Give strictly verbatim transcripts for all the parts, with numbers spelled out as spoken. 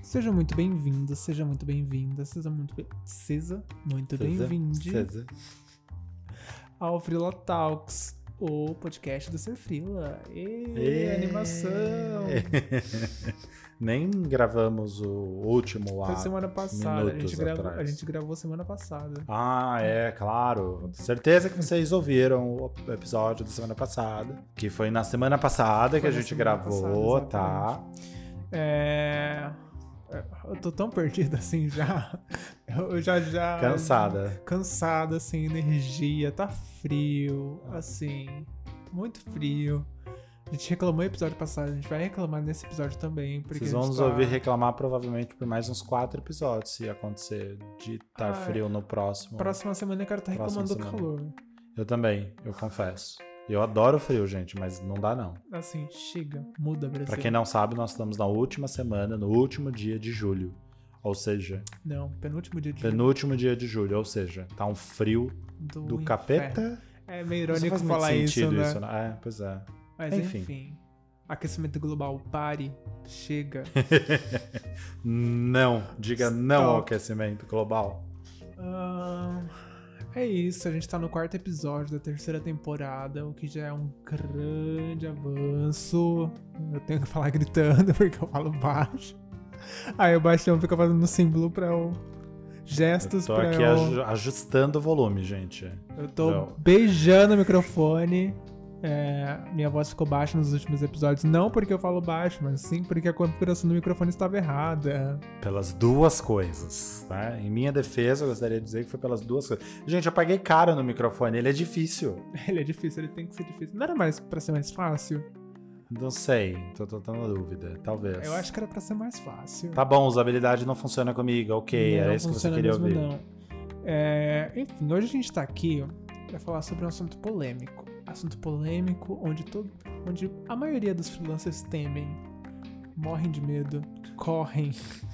Seja muito bem-vindo, seja muito bem-vinda, seja muito bem... Seja muito bem-vinde ao Freela Talks, o podcast do Ser Freela. E animação! Nem gravamos o último lá. Foi semana passada, a gente, gravou, a gente gravou semana passada. Ah, é, claro. Certeza que vocês ouviram o episódio da semana passada. Que foi na semana passada foi que a gente gravou, passada, tá? É... Eu tô tão perdido assim já. Eu já já... Cansada. Cansada, assim, energia. Tá frio, assim. Muito frio. A gente reclamou no episódio passado, a gente vai reclamar nesse episódio também. Porque Vocês vão nos tá... ouvir reclamar provavelmente por mais uns quatro episódios, se acontecer de estar ah, frio no próximo. Próxima semana eu quero estar reclamando do calor. Eu também, eu confesso. Eu adoro frio, gente, mas não dá não. Assim, chega, muda, Brasil. Pra quem não sabe, nós estamos na última semana, no último dia de julho. Ou seja... Não, penúltimo dia de penúltimo julho. dia de julho, ou seja, tá um frio do, do capeta. É meio irônico falar isso, né? isso, né? É, pois é. Mas enfim. enfim. Aquecimento global, pare, chega. Não, diga Stop. Não ao aquecimento global. Uh, é isso, a gente tá no quarto episódio da terceira temporada, o que já é um grande avanço. Eu tenho que falar gritando porque eu falo baixo. Aí o Bastião fica fazendo símbolo pra eu... Gestos pra eu... tô aqui eu... ajustando o volume, gente. Eu tô Não. beijando o microfone. É, minha voz ficou baixa nos últimos episódios, não porque eu falo baixo, mas sim porque a configuração do microfone estava errada. Pelas duas coisas, tá? Em minha defesa, eu gostaria de dizer que foi pelas duas coisas. Gente, eu paguei caro no microfone, ele é difícil. Ele é difícil, ele tem que ser difícil. Não era mais pra ser mais fácil? Não sei, tô, tô, tô na dúvida, talvez. Eu acho que era pra ser mais fácil. Tá bom, usabilidade não funciona comigo, ok, não, é isso que você queria ouvir. Não. É, enfim, hoje a gente tá aqui pra falar sobre um assunto polêmico. Assunto polêmico, onde, todo, onde a maioria dos freelancers temem, morrem de medo, correm,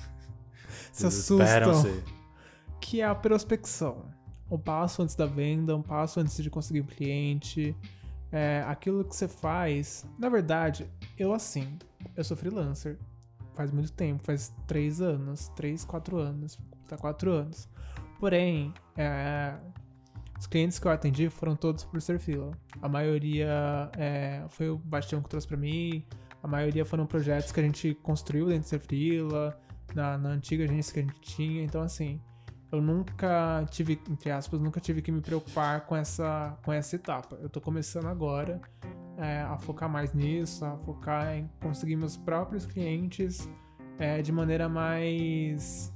se assustam, que é a prospecção. Um passo antes da venda, um passo antes de conseguir um cliente, é, aquilo que você faz. Na verdade, eu assim, eu sou freelancer faz muito tempo, faz três anos, três, quatro anos, tá quatro anos. Porém, é... os clientes que eu atendi foram todos por Ser Freela. A maioria é, foi o Bastião que trouxe pra mim. A maioria foram projetos que a gente construiu dentro de Ser Freela, na, na antiga agência que a gente tinha. Então, assim, eu nunca tive, entre aspas, nunca tive que me preocupar com essa, com essa etapa. Eu tô começando agora é, a focar mais nisso, a focar em conseguir meus próprios clientes é, de maneira mais...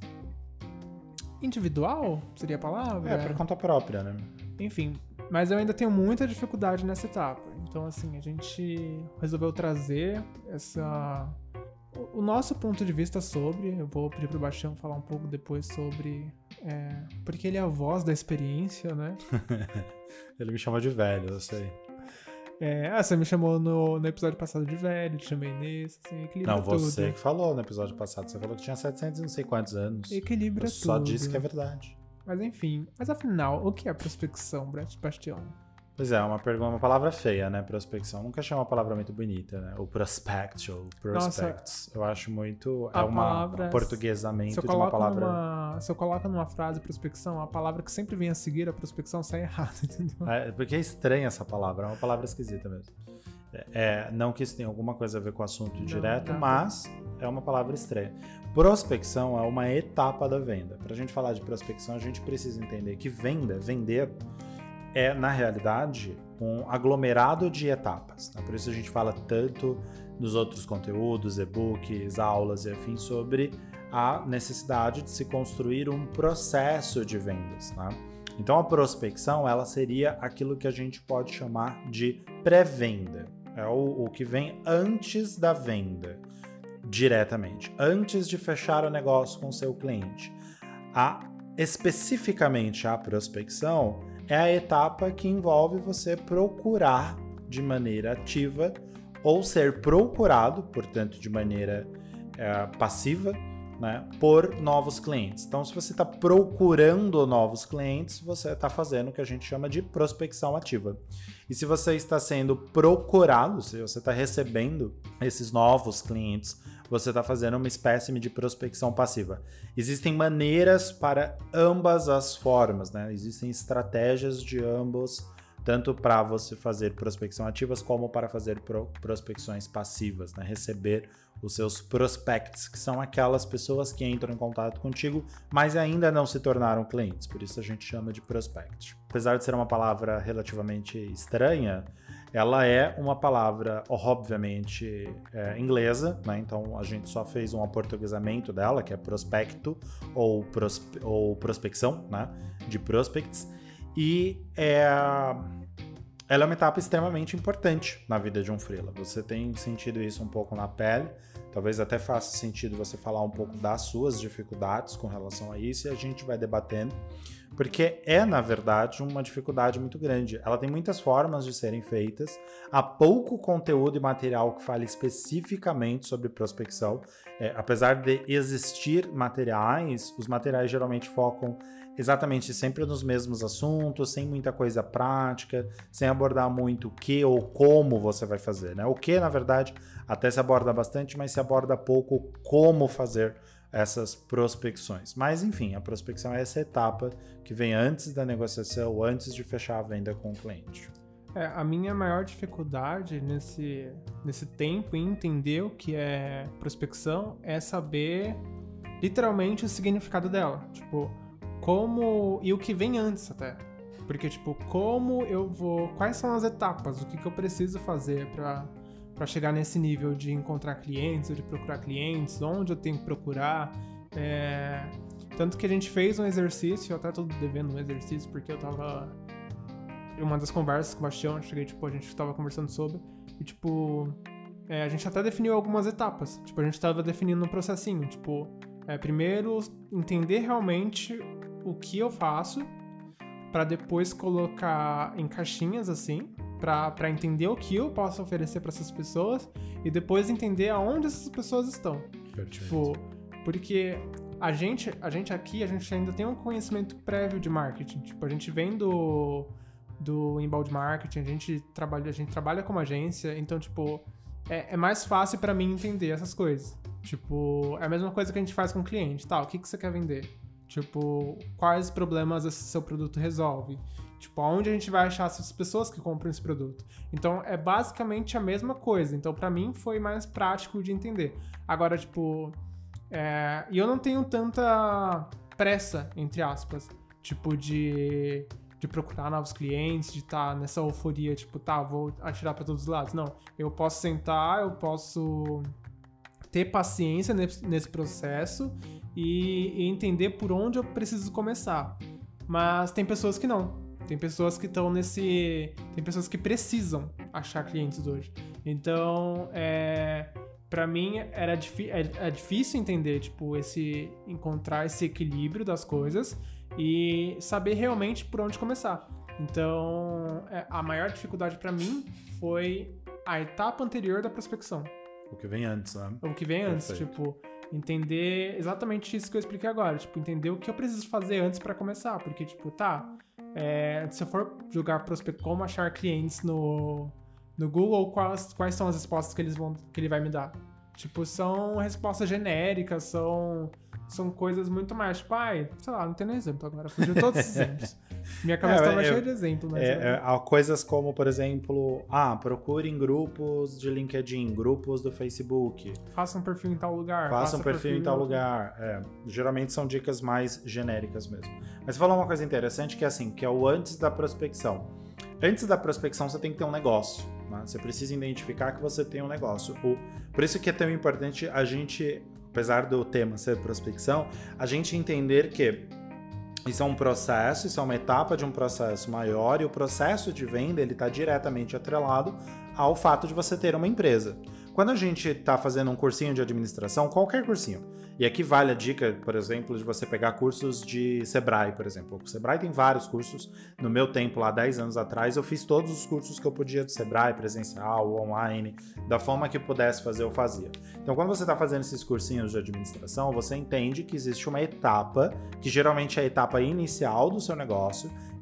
individual, seria a palavra? É, por conta própria, né? Enfim, mas eu ainda tenho muita dificuldade nessa etapa. Então, assim, a gente resolveu trazer essa... o nosso ponto de vista sobre... Eu vou pedir pro Bastião falar um pouco depois sobre... É... porque ele é a voz da experiência, né? Ele me chama de velho, eu sei. É, ah, você me chamou no, no episódio passado de velho, te chamei nesse, assim, equilibra Não, tudo. você que falou no episódio passado, você falou que tinha setecentos e não sei quantos anos. Equilibra eu tudo. Só disse que é verdade. Mas enfim, mas afinal, o que é prospecção, Bastião? Pois é, uma, pergunta, uma palavra feia, né? Prospecção. Nunca achei uma palavra muito bonita, né? O prospect, ou prospects. Nossa, eu acho muito... É uma portuguesamento de uma palavra... Numa, se eu coloco numa frase prospecção, a palavra que sempre vem a seguir a prospecção sai errada, entendeu? É, porque é estranha essa palavra, é uma palavra esquisita mesmo. É, não que isso tenha alguma coisa a ver com o assunto direto, não, mas é uma palavra estranha. Prospecção é uma etapa da venda. Para a gente falar de prospecção, a gente precisa entender que venda, vender... é, na realidade, um aglomerado de etapas. Tá? Por isso a gente fala tanto nos outros conteúdos, e-books, aulas e afins, sobre a necessidade de se construir um processo de vendas. Tá? Então, a prospecção ela seria aquilo que a gente pode chamar de pré-venda. É o, o que vem antes da venda, diretamente. Antes de fechar o negócio com o seu cliente. A, especificamente a prospecção é a etapa que envolve você procurar de maneira ativa ou ser procurado, portanto, de maneira é, passiva, né, por novos clientes. Então, se você está procurando novos clientes, você está fazendo o que a gente chama de prospecção ativa. E se você está sendo procurado, se você está recebendo esses novos clientes você está fazendo uma espécie de prospecção passiva. Existem maneiras para ambas as formas, né? Existem estratégias de ambos, tanto para você fazer prospecção ativas como para fazer pro- prospecções passivas, né? Receber os seus prospects, que são aquelas pessoas que entram em contato contigo, mas ainda não se tornaram clientes, por isso a gente chama de prospect. Apesar de ser uma palavra relativamente estranha, ela é uma palavra, obviamente, é, inglesa, né? Então a gente só fez um aportuguesamento dela, que é prospecto ou, prospe- ou prospecção, né? De prospects, e é, ela é uma etapa extremamente importante na vida de um freela. Você tem sentido isso um pouco na pele, talvez até faça sentido você falar um pouco das suas dificuldades com relação a isso e a gente vai debatendo, porque é, na verdade, uma dificuldade muito grande. Ela tem muitas formas de serem feitas, há pouco conteúdo e material que fale especificamente sobre prospecção. É, apesar de existir materiais, os materiais geralmente focam exatamente sempre nos mesmos assuntos, sem muita coisa prática, sem abordar muito o que ou como você vai fazer, né? O que, na verdade, até se aborda bastante, mas se aborda pouco como fazer essas prospecções. Mas, enfim, a prospecção é essa etapa que vem antes da negociação, antes de fechar a venda com o cliente. É, a minha maior dificuldade nesse, nesse tempo em entender o que é prospecção é saber literalmente o significado dela. Tipo, como... e o que vem antes até. Porque, tipo, como eu vou... quais são as etapas? O que, que eu preciso fazer para para chegar nesse nível de encontrar clientes, ou de procurar clientes, onde eu tenho que procurar. É... Tanto que a gente fez um exercício, eu até tô devendo um exercício, porque eu tava... em uma das conversas com o Bastião, eu cheguei, tipo, a gente tava conversando sobre, e, tipo, é, a gente até definiu algumas etapas. Tipo, a gente tava definindo um processinho, tipo, é, primeiro entender realmente o que eu faço, para depois colocar em caixinhas, assim, para entender o que eu posso oferecer para essas pessoas e depois entender aonde essas pessoas estão. Perfeito. Tipo, porque a gente, a gente aqui, a gente ainda tem um conhecimento prévio de marketing. Tipo, a gente vem do, do inbound marketing, a gente trabalha, a gente trabalha como agência, então, tipo, é, é mais fácil para mim entender essas coisas. Tipo, é a mesma coisa que a gente faz com o cliente, tá? O que, que você quer vender? Tipo, quais problemas esse seu produto resolve? Tipo, aonde a gente vai achar essas pessoas que compram esse produto? Então, é basicamente a mesma coisa. Então, pra mim, foi mais prático de entender. Agora, tipo... É... E eu não tenho tanta pressa, entre aspas. Tipo, de... de procurar novos clientes, de estar tá nessa euforia, tipo, tá, vou atirar pra todos os lados. Não, eu posso sentar, eu posso ter paciência nesse, nesse processo e, e entender por onde eu preciso começar. Mas tem pessoas que não. Tem pessoas que estão nesse... Tem pessoas que precisam achar clientes hoje. Então, é... pra mim, era difi... é, é difícil entender, tipo, esse... encontrar esse equilíbrio das coisas e saber realmente por onde começar. Então, é... a maior dificuldade pra mim foi a etapa anterior da prospecção. O que vem antes, né? O que vem antes, Perfeito. tipo... entender exatamente isso que eu expliquei agora. Tipo, entender o que eu preciso fazer antes pra começar. Porque, tipo, tá... É, se eu for jogar prospect como achar clientes no, no Google, quais, quais são as respostas que, eles vão, que ele vai me dar? Tipo, são respostas genéricas, são, são coisas muito mais, tipo, ai, sei lá, não tem nem exemplo agora, fugiu todos os exemplos. Minha cabeça É, tava é, cheia de exemplo, mas... É, é... é, há coisas como, por exemplo, ah, procure em grupos de LinkedIn, grupos do Facebook. Faça um perfil em tal lugar. Faça, faça um perfil, perfil em tal lugar. É, geralmente são dicas mais genéricas mesmo. Mas você falou uma coisa interessante que é assim, que é o antes da prospecção. Antes da prospecção você tem que ter um negócio. Né? Você precisa identificar que você tem um negócio. O, por isso que é tão importante a gente, apesar do tema ser prospecção, a gente entender que isso é um processo, isso é uma etapa de um processo maior e o processo de venda ele está diretamente atrelado ao fato de você ter uma empresa. Quando a gente está fazendo um cursinho de administração, qualquer cursinho, e aqui vale a dica, por exemplo, de você pegar cursos de Sebrae, por exemplo. O Sebrae tem vários cursos. No meu tempo, lá dez anos atrás, eu fiz todos os cursos que eu podia do Sebrae, presencial, online, da forma que eu pudesse fazer, eu fazia. Então, quando você está fazendo esses cursinhos de administração, você entende que existe uma etapa, que geralmente é a etapa inicial do seu negócio,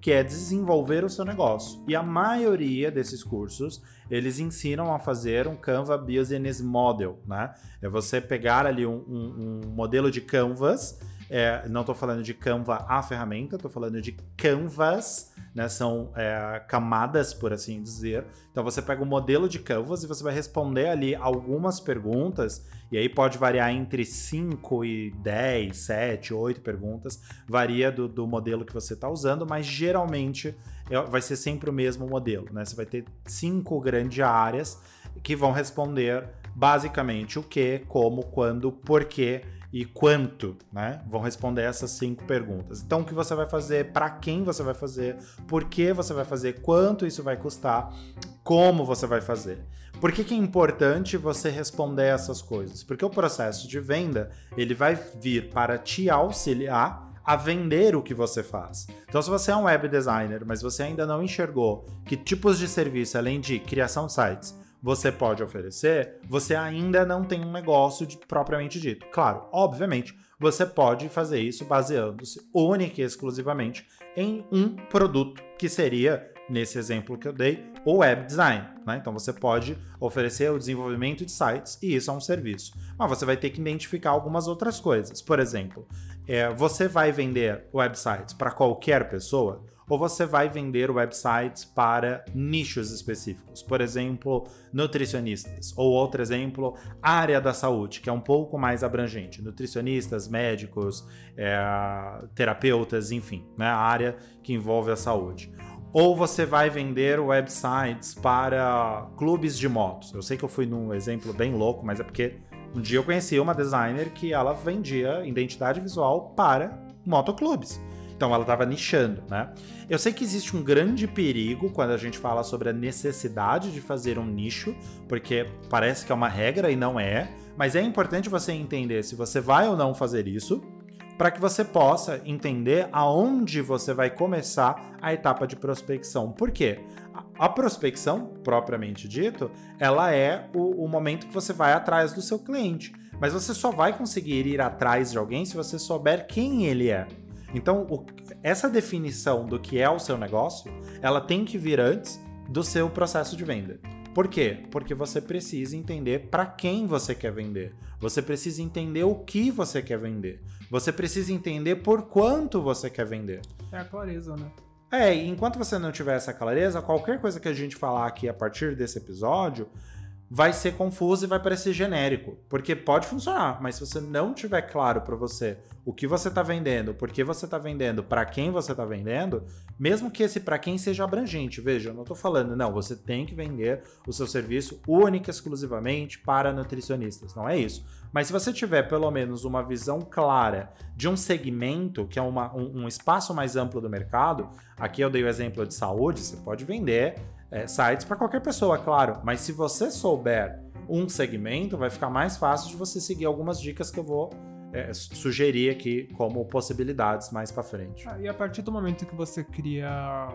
que é desenvolver o seu negócio. E a maioria desses cursos, eles ensinam a fazer um Canva Business Model, né? É você pegar ali um, um, um modelo de Canvas, é, não estou falando de Canva a ferramenta, estou falando de Canvas, né? São é, camadas, por assim dizer. Então você pega o modelo de Canvas e você vai responder ali algumas perguntas, e aí pode variar entre cinco e dez, sete, oito perguntas, varia do, do modelo que você está usando, mas geralmente vai ser sempre o mesmo modelo, né? Você vai ter cinco grandes áreas que vão responder basicamente o que, como, quando, porquê e quanto, né? Vão responder essas cinco perguntas. Então, o que você vai fazer, para quem você vai fazer, por que você vai fazer, quanto isso vai custar, como você vai fazer. Por que que é importante você responder essas coisas? Porque o processo de venda, ele vai vir para te auxiliar a vender o que você faz. Então, se você é um web designer, mas você ainda não enxergou que tipos de serviço, além de criação de sites, você pode oferecer, você ainda não tem um negócio de, propriamente dito. Claro, obviamente, você pode fazer isso baseando-se única e exclusivamente em um produto, que seria, nesse exemplo que eu dei, o web design, né? Então você pode oferecer o desenvolvimento de sites e isso é um serviço. Mas você vai ter que identificar algumas outras coisas. Por exemplo, é, você vai vender websites para qualquer pessoa ou você vai vender websites para nichos específicos? Por exemplo, nutricionistas. Ou outro exemplo, área da saúde, que é um pouco mais abrangente. Nutricionistas, médicos, é, terapeutas, enfim, né? A área que envolve a saúde. Ou você vai vender websites para clubes de motos. Eu sei que eu fui num exemplo bem louco, mas é porque um dia eu conheci uma designer que ela vendia identidade visual para motoclubes. Então ela estava nichando, né? Eu sei que existe um grande perigo quando a gente fala sobre a necessidade de fazer um nicho, porque parece que é uma regra e não é, mas é importante você entender se você vai ou não fazer isso, para que você possa entender aonde você vai começar a etapa de prospecção. Por quê? A prospecção, propriamente dito, ela é o, o momento que você vai atrás do seu cliente, mas você só vai conseguir ir atrás de alguém se você souber quem ele é. Então, o, essa definição do que é o seu negócio, ela tem que vir antes do seu processo de venda. Por quê? Porque você precisa entender para quem você quer vender. Você precisa entender o que você quer vender. Você precisa entender por quanto você quer vender. É a clareza, né? É, e enquanto você não tiver essa clareza, qualquer coisa que a gente falar aqui a partir desse episódio vai ser confuso e vai parecer genérico, porque pode funcionar, mas se você não tiver claro para você o que você está vendendo, por que você está vendendo, para quem você está vendendo, mesmo que esse para quem seja abrangente, veja, eu não estou falando, não, você tem que vender o seu serviço única e exclusivamente para nutricionistas, não é isso. Mas se você tiver pelo menos uma visão clara de um segmento, que é uma, um, um espaço mais amplo do mercado, aqui eu dei o exemplo de saúde, você pode vender É, sites para qualquer pessoa, claro, mas se você souber um segmento, vai ficar mais fácil de você seguir algumas dicas que eu vou é, sugerir aqui como possibilidades mais para frente. Ah, e a partir do momento que você cria,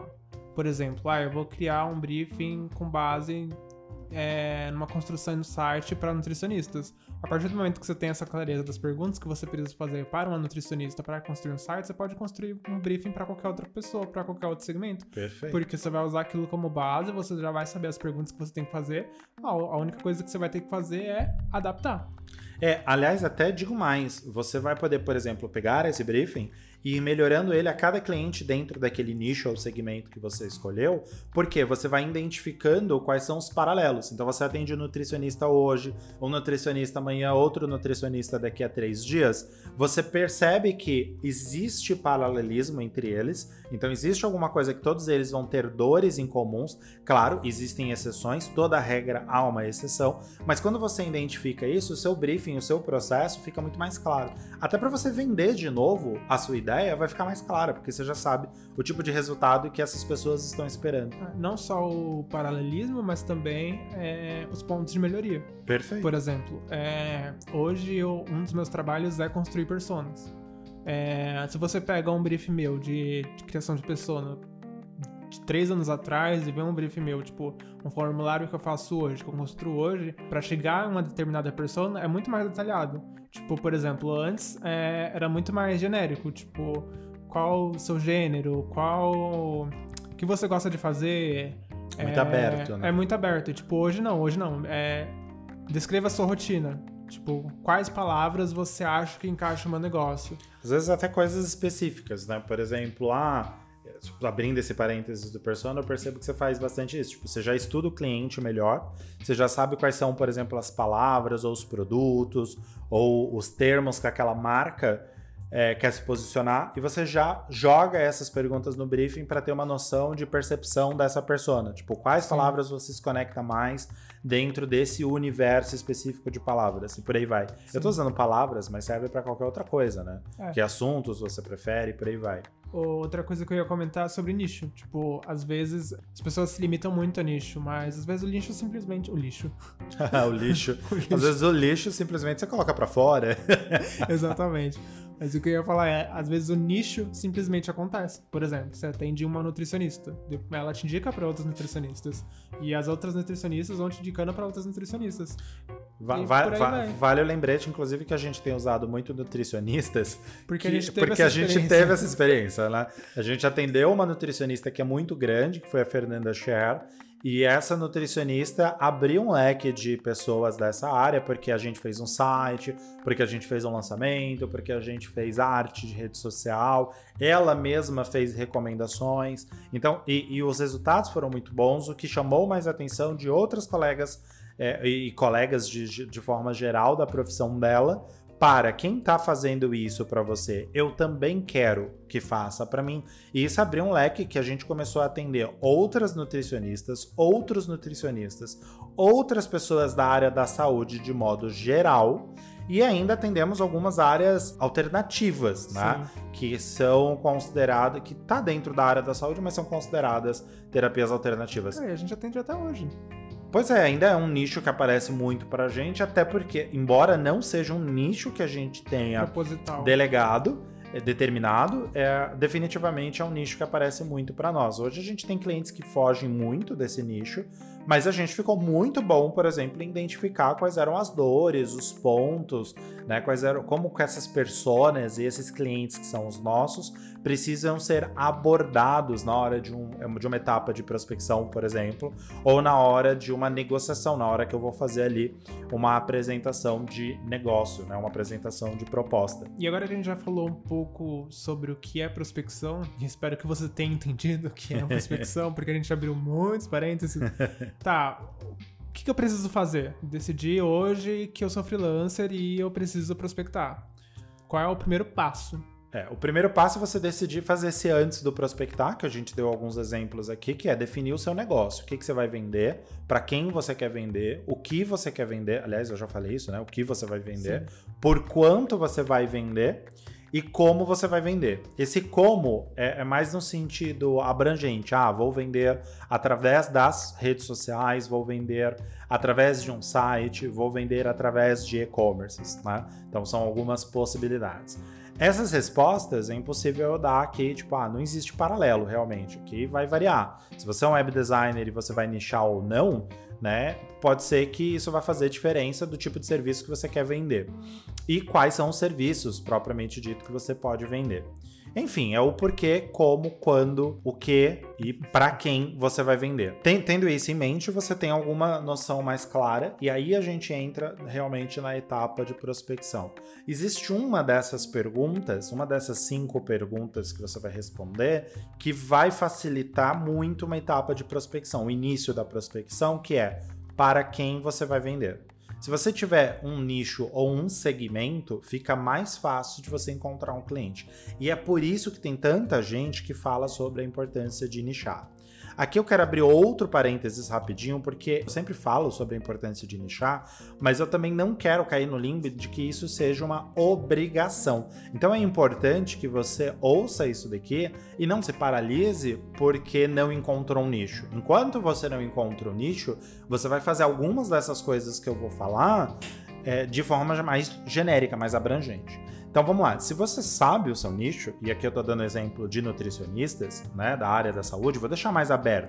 por exemplo, ah, eu vou criar um briefing com base é, numa construção do site para nutricionistas. A partir do momento que você tem essa clareza das perguntas que você precisa fazer para uma nutricionista para construir um site, você pode construir um briefing para qualquer outra pessoa, para qualquer outro segmento. Perfeito. Porque você vai usar aquilo como base, você já vai saber as perguntas que você tem que fazer. A única coisa que você vai ter que fazer é adaptar. É, aliás, até digo mais, você vai poder, por exemplo, pegar esse briefing e ir melhorando ele a cada cliente dentro daquele nicho ou segmento que você escolheu, porque você vai identificando quais são os paralelos. Então você atende um nutricionista hoje, um nutricionista amanhã, outro nutricionista daqui a três dias, você percebe que existe paralelismo entre eles, então existe alguma coisa que todos eles vão ter dores em comuns. Claro, existem exceções, toda regra há uma exceção, mas quando você identifica isso, o seu briefing, o seu processo fica muito mais claro. Até para você vender de novo a sua ideia, vai ficar mais clara, porque você já sabe o tipo de resultado que essas pessoas estão esperando. Não só o paralelismo, mas também é, os pontos de melhoria. Perfeito. Por exemplo, é, hoje eu, um dos meus trabalhos é construir personas. É, se você pega um brief meu de, de criação de persona de três anos atrás e vê um brief meu, tipo, um formulário que eu faço hoje, que eu construo hoje, para chegar a uma determinada persona, é muito mais detalhado. Tipo, por exemplo, antes é, era muito mais genérico, tipo, qual o seu gênero, qual o que você gosta de fazer. Muito é, aberto, né? É muito aberto. Tipo, hoje não, hoje não. É, descreva a sua rotina. Tipo, quais palavras você acha que encaixa no meu negócio? Às vezes até coisas específicas, né? Por exemplo, ah, abrindo esse parênteses do persona, eu percebo que você faz bastante isso. Tipo, você já estuda o cliente melhor, você já sabe quais são, por exemplo, as palavras ou os produtos ou os termos que aquela marca é, quer se posicionar, e você já joga essas perguntas no briefing para ter uma noção de percepção dessa persona. Tipo, quais Sim. palavras você se conecta mais dentro desse universo específico de palavras, e por aí vai. Sim. Eu tô usando palavras, mas serve para qualquer outra coisa, né? É. Que assuntos você prefere, e por aí vai. Outra coisa que eu ia comentar é sobre nicho. Tipo, às vezes as pessoas se limitam muito a nicho, mas às vezes o lixo simplesmente... O lixo. o, lixo. o lixo. Às vezes o lixo simplesmente você coloca pra fora. Exatamente. Mas o que eu ia falar é, às vezes o nicho simplesmente acontece. Por exemplo, você atende uma nutricionista, ela te indica para outras nutricionistas, e as outras nutricionistas vão te indicando para outras nutricionistas. Va va va vale o lembrete, inclusive, que a gente tem usado muito nutricionistas, porque que, a gente teve, porque essa, a gente teve essa experiência, né? A gente atendeu uma nutricionista que é muito grande, que foi a Fernanda Scher, e essa nutricionista abriu um leque de pessoas dessa área, porque a gente fez um site, porque a gente fez um lançamento, porque a gente fez arte de rede social, ela mesma fez recomendações, então, e, e os resultados foram muito bons, o que chamou mais a atenção de outras colegas é, e colegas de, de forma geral da profissão dela. Para quem está fazendo isso para você, eu também quero que faça para mim. E isso abriu um leque que a gente começou a atender outras nutricionistas, outros nutricionistas, outras pessoas da área da saúde de modo geral, e ainda atendemos algumas áreas alternativas, né? Que são consideradas, que tá dentro da área da saúde, mas são consideradas terapias alternativas. É, a gente atende até hoje. Pois é, ainda é um nicho que aparece muito pra gente, até porque, embora não seja um nicho que a gente tenha Proposital. delegado, é, determinado, é, definitivamente é um nicho que aparece muito pra nós. Hoje a gente tem clientes que fogem muito desse nicho, mas a gente ficou muito bom, por exemplo, em identificar quais eram as dores, os pontos, né, quais eram, como que essas personas e esses clientes que são os nossos precisam ser abordados na hora de, um, de uma etapa de prospecção, por exemplo, ou na hora de uma negociação, na hora que eu vou fazer ali uma apresentação de negócio, né, uma apresentação de proposta. E agora que a gente já falou um pouco sobre o que é prospecção, e espero que você tenha entendido o que é prospecção, porque a gente abriu muitos parênteses. Tá, o que, que eu preciso fazer? Decidi hoje que eu sou freelancer e eu preciso prospectar. Qual é o primeiro passo? É, o primeiro passo é você decidir fazer esse antes do prospectar, que a gente deu alguns exemplos aqui, que é definir o seu negócio. O que, que você vai vender, para quem você quer vender, o que você quer vender. Aliás, eu já falei isso, né? O que você vai vender, Sim. por quanto você vai vender e como você vai vender. Esse como é, é mais no sentido abrangente. Ah, vou vender através das redes sociais, vou vender através de um site, vou vender através de e-commerces, né? Então, são algumas possibilidades. Essas respostas é impossível eu dar aqui, tipo, ah, não existe paralelo realmente, aqui vai variar. Se você é um web designer e você vai nichar ou não, né, pode ser que isso vai fazer diferença do tipo de serviço que você quer vender. E quais são os serviços, propriamente dito, que você pode vender. Enfim, é o porquê, como, quando, o que e para quem você vai vender. Tendo isso em mente, você tem alguma noção mais clara e aí a gente entra realmente na etapa de prospecção. Existe uma dessas perguntas, uma dessas cinco perguntas que você vai responder, que vai facilitar muito uma etapa de prospecção, o início da prospecção, que é para quem você vai vender. Se você tiver um nicho ou um segmento, fica mais fácil de você encontrar um cliente. E é por isso que tem tanta gente que fala sobre a importância de nichar. Aqui eu quero abrir outro parênteses rapidinho, porque eu sempre falo sobre a importância de nichar, mas eu também não quero cair no limbo de que isso seja uma obrigação. Então é importante que você ouça isso daqui e não se paralise porque não encontrou um nicho. Enquanto você não encontra um nicho, você vai fazer algumas dessas coisas que eu vou falar é, de forma mais genérica, mais abrangente. Então vamos lá, se você sabe o seu nicho, e aqui eu tô dando exemplo de nutricionistas, né, da área da saúde, vou deixar mais aberto,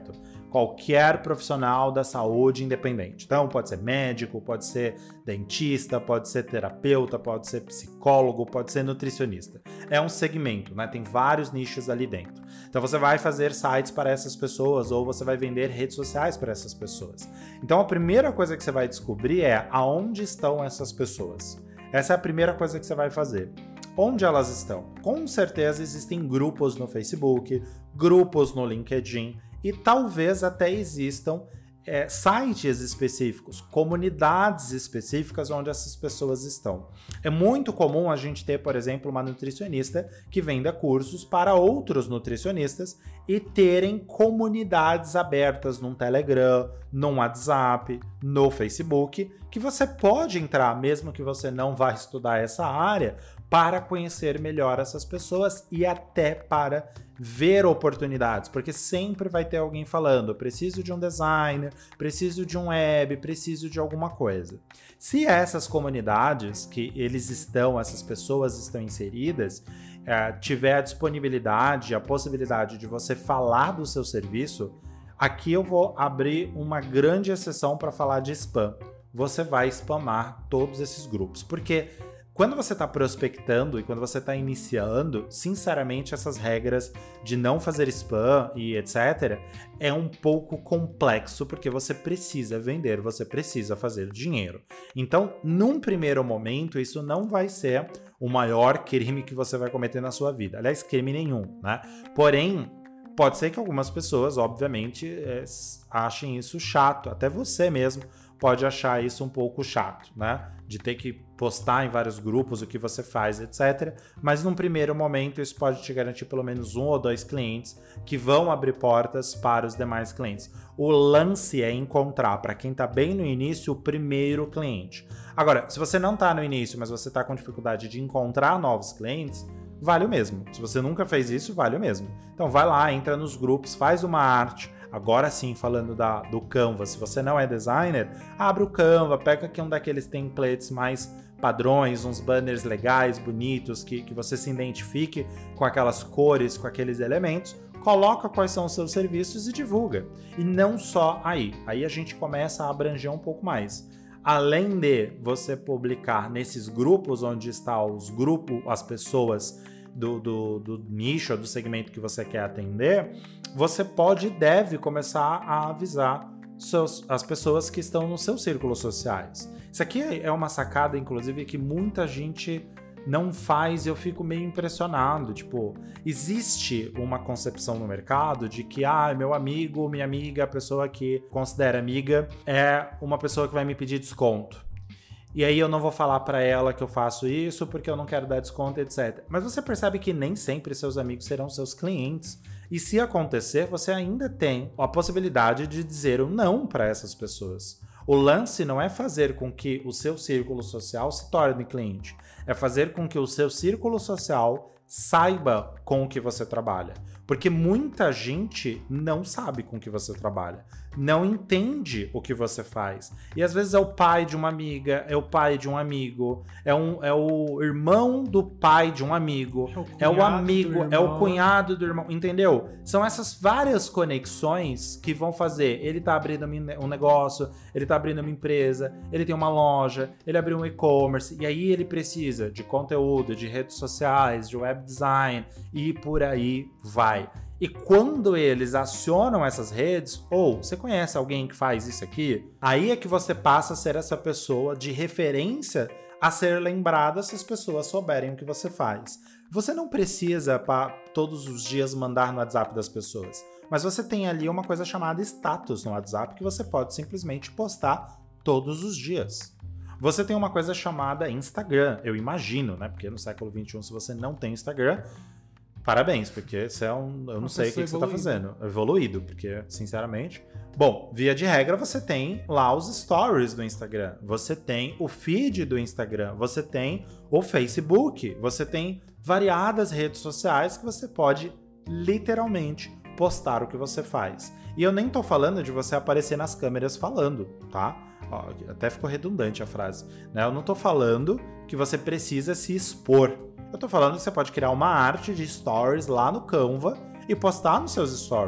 qualquer profissional da saúde independente. Então, pode ser médico, pode ser dentista, pode ser terapeuta, pode ser psicólogo, pode ser nutricionista. É um segmento, né? Tem vários nichos ali dentro. Então, você vai fazer sites para essas pessoas ou você vai vender redes sociais para essas pessoas. Então, a primeira coisa que você vai descobrir é aonde estão essas pessoas. Essa é a primeira coisa que você vai fazer. Onde elas estão? Com certeza existem grupos no Facebook, grupos no LinkedIn e talvez até existam é, sites específicos, comunidades específicas onde essas pessoas estão. É muito comum a gente ter, por exemplo, uma nutricionista que venda cursos para outros nutricionistas e terem comunidades abertas num Telegram, num WhatsApp, no Facebook, que você pode entrar, mesmo que você não vá estudar essa área, para conhecer melhor essas pessoas e até para ver oportunidades, porque sempre vai ter alguém falando, preciso de um designer, preciso de um web, preciso de alguma coisa. Se essas comunidades que eles estão, essas pessoas estão inseridas, é, tiver a disponibilidade, a possibilidade de você falar do seu serviço, aqui eu vou abrir uma grande exceção para falar de spam. Você vai spamar todos esses grupos, porque quando você está prospectando e quando você está iniciando, sinceramente, essas regras de não fazer spam e etcétera é um pouco complexo, porque você precisa vender, você precisa fazer dinheiro. Então, num primeiro momento, isso não vai ser o maior crime que você vai cometer na sua vida. Aliás, crime nenhum, né? Porém, pode ser que algumas pessoas, obviamente, é, achem isso chato. Até você mesmo pode achar isso um pouco chato, né? De ter que postar em vários grupos o que você faz, etcétera. Mas num primeiro momento isso pode te garantir pelo menos um ou dois clientes que vão abrir portas para os demais clientes. O lance é encontrar, para quem está bem no início, o primeiro cliente. Agora, se você não está no início, mas você está com dificuldade de encontrar novos clientes, vale o mesmo. Se você nunca fez isso, vale o mesmo. Então vai lá, entra nos grupos, faz uma arte. Agora sim, falando da, do Canva, se você não é designer, abre o Canva, pega aqui um daqueles templates mais padrões, uns banners legais, bonitos, que, que você se identifique com aquelas cores, com aqueles elementos, coloca quais são os seus serviços e divulga. E não só aí, aí a gente começa a abranger um pouco mais. Além de você publicar nesses grupos onde estão os grupos, as pessoas do, do, do nicho, do segmento que você quer atender, você pode e deve começar a avisar seus, as pessoas que estão nos seus círculos sociais. Isso aqui é uma sacada, inclusive, que muita gente não faz e eu fico meio impressionado. Tipo, existe uma concepção no mercado de que, ah, meu amigo, minha amiga, a pessoa que considera amiga, é uma pessoa que vai me pedir desconto. E aí eu não vou falar para ela que eu faço isso porque eu não quero dar desconto, etcétera. Mas você percebe que nem sempre seus amigos serão seus clientes. E se acontecer, você ainda tem a possibilidade de dizer um não para essas pessoas. O lance não é fazer com que o seu círculo social se torne cliente. É fazer com que o seu círculo social saiba com o que você trabalha. Porque muita gente não sabe com o que você trabalha, não entende o que você faz. E às vezes é o pai de uma amiga, é o pai de um amigo, é, um, é o irmão do pai de um amigo, é o, é o amigo, é o cunhado do irmão, entendeu? São essas várias conexões que vão fazer. Ele tá abrindo um negócio, ele tá abrindo uma empresa, ele tem uma loja, ele abriu um e-commerce, e aí ele precisa de conteúdo, de redes sociais, de web design, e por aí vai. E quando eles acionam essas redes, ou você conhece alguém que faz isso aqui, aí é que você passa a ser essa pessoa de referência a ser lembrada se as pessoas souberem o que você faz. Você não precisa para todos os dias mandar no WhatsApp das pessoas, mas você tem ali uma coisa chamada status no WhatsApp que você pode simplesmente postar todos os dias. Você tem uma coisa chamada Instagram, eu imagino, né? Porque no século vinte e um, se você não tem Instagram, parabéns, porque você é um... Eu não sei o que, que você tá fazendo. Evoluído, porque, sinceramente... Bom, via de regra, você tem lá os stories do Instagram. Você tem o feed do Instagram. Você tem o Facebook. Você tem variadas redes sociais que você pode, literalmente, postar o que você faz. E eu nem tô falando de você aparecer nas câmeras falando, tá? Ó, até ficou redundante a frase, né? Eu não tô falando que você precisa se expor. Eu tô falando que você pode criar uma arte de stories lá no Canva e postar nos seus stories.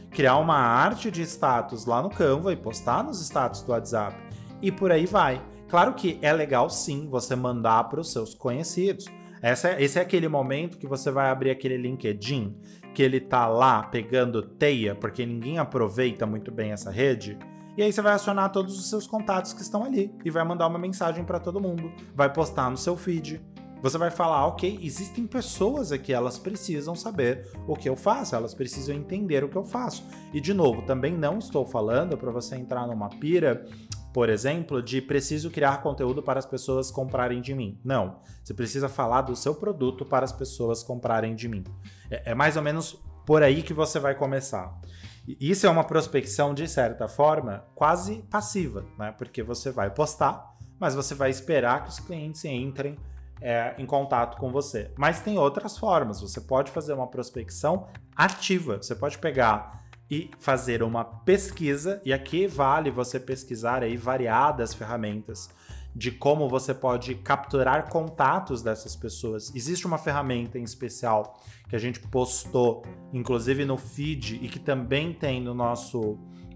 criar uma arte de status lá no Canva e postar nos status do WhatsApp. E por aí vai. Claro que é legal sim você mandar para os seus conhecidos. Essa é, esse é aquele momento que você vai abrir aquele LinkedIn, que ele tá lá pegando teia, porque ninguém aproveita muito bem essa rede. E aí você vai acionar todos os seus contatos que estão ali e vai mandar uma mensagem para todo mundo. Vai postar no seu feed. Você vai falar, ok, existem pessoas aqui, elas precisam saber o que eu faço, elas precisam entender o que eu faço. E de novo, também não estou falando para você entrar numa pira, por exemplo, de preciso criar conteúdo para as pessoas comprarem de mim. Não, você precisa falar do seu produto para as pessoas comprarem de mim. É, é mais ou menos por aí que você vai começar. E isso é uma prospecção, de certa forma, quase passiva, né? Porque você vai postar, mas você vai esperar que os clientes entrem É, em contato com você. Mas tem outras formas. Você pode fazer uma prospecção ativa. Você pode pegar e fazer uma pesquisa, e aqui vale você pesquisar aí variadas ferramentas de como você pode capturar contatos dessas pessoas. Existe uma ferramenta em especial que a gente postou, inclusive no feed, e que também tem no nosso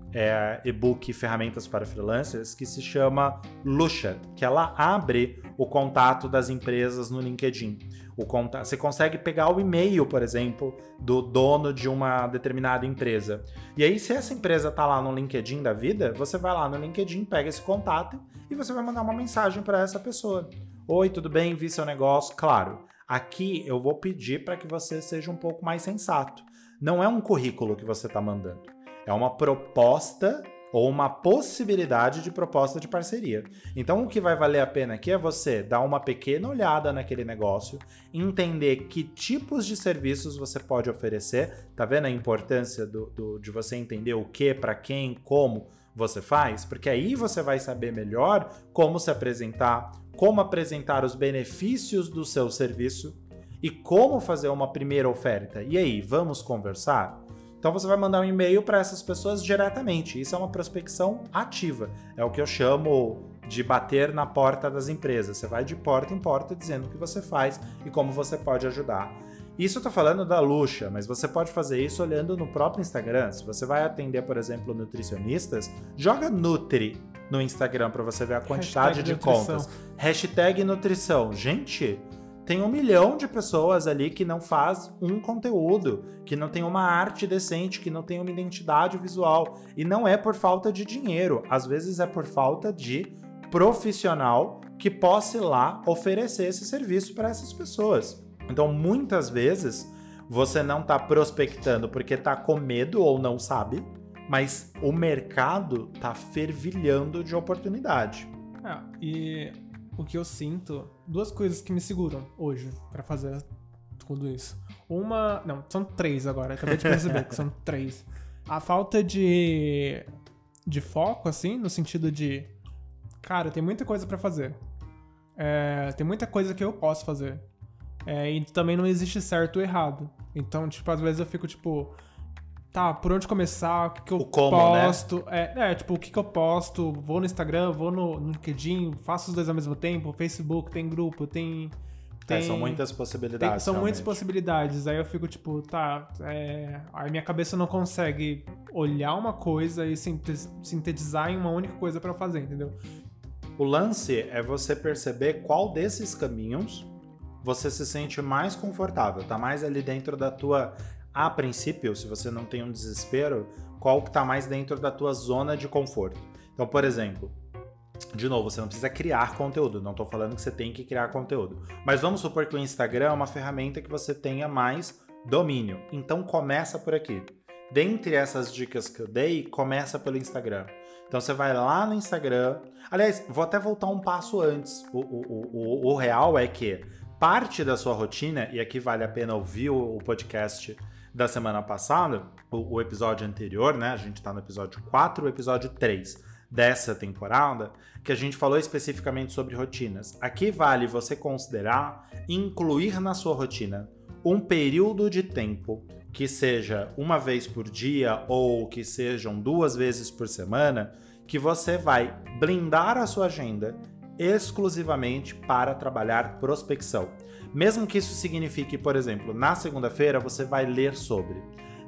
É, e-book Ferramentas para Freelancers, que se chama Lusha, que ela abre o contato das empresas no LinkedIn. O contato, você consegue pegar o e-mail, por exemplo, do dono de uma determinada empresa. E aí, se essa empresa está lá no LinkedIn da vida, você vai lá no LinkedIn, pega esse contato e você vai mandar uma mensagem para essa pessoa. Oi, tudo bem? Vi seu negócio? Claro, aqui eu vou pedir para que você seja um pouco mais sensato. Não é um currículo que você está mandando. É uma proposta ou uma possibilidade de proposta de parceria. Então, o que vai valer a pena aqui é você dar uma pequena olhada naquele negócio, entender que tipos de serviços você pode oferecer. Tá vendo a importância do, do, de você entender o que, para quem, como você faz? Porque aí você vai saber melhor como se apresentar, como apresentar os benefícios do seu serviço e como fazer uma primeira oferta. E aí, vamos conversar? Então você vai mandar um e-mail para essas pessoas diretamente. Isso é uma prospecção ativa. É o que eu chamo de bater na porta das empresas. Você vai de porta em porta dizendo o que você faz e como você pode ajudar. Isso eu tô falando da Lusha, mas você pode fazer isso olhando no próprio Instagram. Se você vai atender, por exemplo, nutricionistas, joga Nutri no Instagram para você ver a quantidade Hashtag de nutrição. contas. Hashtag nutrição. Gente, tem um milhão de pessoas ali que não faz um conteúdo, que não tem uma arte decente, que não tem uma identidade visual. E não é por falta de dinheiro, às vezes é por falta de profissional que possa ir lá oferecer esse serviço para essas pessoas. Então, muitas vezes, você não está prospectando porque está com medo ou não sabe, mas o mercado está fervilhando de oportunidade. É, e o que eu sinto, duas coisas que me seguram hoje para fazer tudo isso. Uma, não, são três agora, acabei de perceber que são três. A falta de, de foco, assim, no sentido de, cara, tem muita coisa para fazer. É, tem muita coisa que eu posso fazer. É, e também não existe certo ou errado. Então, tipo, às vezes eu fico, tipo, tá, por onde começar? O que, que eu o como, posto? Né? É, é, tipo, o que, que eu posto? Vou no Instagram, vou no, no LinkedIn, faço os dois ao mesmo tempo. Facebook, tem grupo, tem... tem é, são muitas possibilidades. Tem, são realmente. muitas possibilidades. Aí eu fico, tipo, tá... É, aí minha cabeça não consegue olhar uma coisa e sintetizar em uma única coisa pra fazer, entendeu? O lance é você perceber qual desses caminhos você se sente mais confortável, tá mais ali dentro da tua... A princípio, se você não tem um desespero, qual que tá mais dentro da tua zona de conforto. Então, por exemplo, de novo, você não precisa criar conteúdo, não tô falando que você tem que criar conteúdo. Mas vamos supor que o Instagram é uma ferramenta que você tenha mais domínio. Então, começa por aqui. Dentre essas dicas que eu dei, começa pelo Instagram. Então, você vai lá no Instagram... Aliás, vou até voltar um passo antes. O, o, o, o real é que parte da sua rotina, e aqui vale a pena ouvir o, o podcast da semana passada, o, o episódio anterior, né? A gente tá no episódio quatro, o episódio três dessa temporada, que a gente falou especificamente sobre rotinas. Aqui vale você considerar incluir na sua rotina um período de tempo que seja uma vez por dia ou que sejam duas vezes por semana, que você vai blindar a sua agenda exclusivamente para trabalhar prospecção. Mesmo que isso signifique, por exemplo, na segunda-feira você vai ler sobre.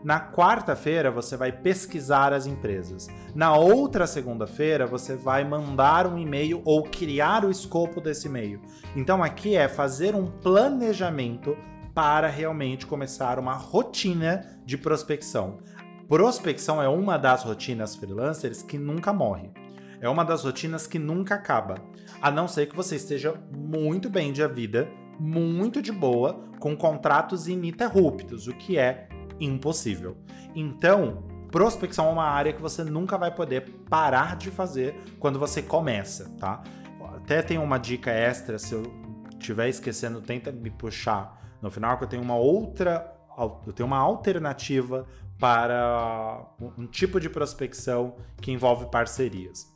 Na quarta-feira, você vai pesquisar as empresas. Na outra segunda-feira, você vai mandar um e-mail ou criar o escopo desse e-mail. Então, aqui é fazer um planejamento para realmente começar uma rotina de prospecção. Prospecção é uma das rotinas freelancers que nunca morre. É uma das rotinas que nunca acaba. A não ser que você esteja muito bem de vida, muito de boa, com contratos ininterruptos, o que é impossível. Então, prospecção é uma área que você nunca vai poder parar de fazer quando você começa, tá? Até tem uma dica extra, se eu estiver esquecendo, tenta me puxar no final, que eu tenho uma outra, eu tenho uma alternativa para um tipo de prospecção que envolve parcerias.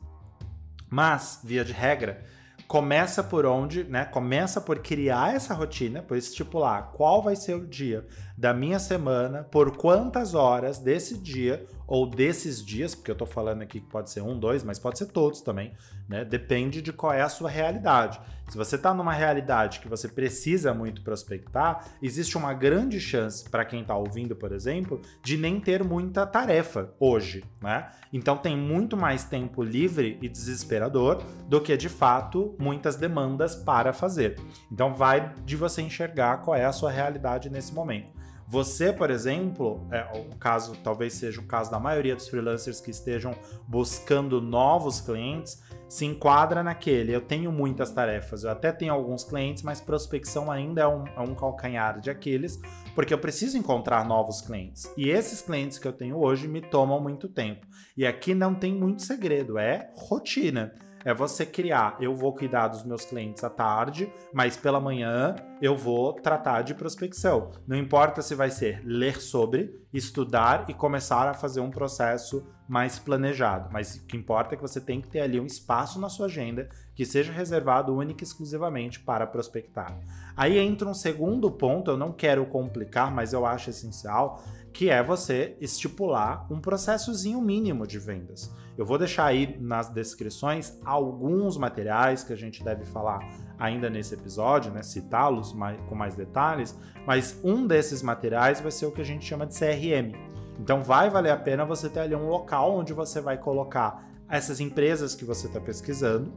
Mas, via de regra, começa por onde, né? Começa por criar essa rotina, por estipular qual vai ser o dia da minha semana, por quantas horas desse dia ou desses dias, porque eu tô falando aqui que pode ser um, dois, mas pode ser todos também, né? Depende de qual é a sua realidade. Se você tá numa realidade que você precisa muito prospectar, existe uma grande chance para quem tá ouvindo, por exemplo, de nem ter muita tarefa hoje, né? Então tem muito mais tempo livre e desesperador do que, de fato, muitas demandas para fazer. Então vai de você enxergar qual é a sua realidade nesse momento. Você, por exemplo, é, o caso talvez seja o caso da maioria dos freelancers que estejam buscando novos clientes, se enquadra naquele, eu tenho muitas tarefas, eu até tenho alguns clientes, mas prospecção ainda é um, é um calcanhar de Aquiles, porque eu preciso encontrar novos clientes. E esses clientes que eu tenho hoje me tomam muito tempo. E aqui não tem muito segredo, é rotina. É você criar, eu vou cuidar dos meus clientes à tarde, mas pela manhã eu vou tratar de prospecção. Não importa se vai ser ler sobre, estudar e começar a fazer um processo mais planejado, mas o que importa é que você tem que ter ali um espaço na sua agenda que seja reservado única e exclusivamente para prospectar. Aí entra um segundo ponto, eu não quero complicar, mas eu acho essencial, que é você estipular um processozinho mínimo de vendas. Eu vou deixar aí nas descrições alguns materiais que a gente deve falar ainda nesse episódio, né, citá-los mais, com mais detalhes, mas um desses materiais vai ser o que a gente chama de C R M. Então vai valer a pena você ter ali um local onde você vai colocar essas empresas que você está pesquisando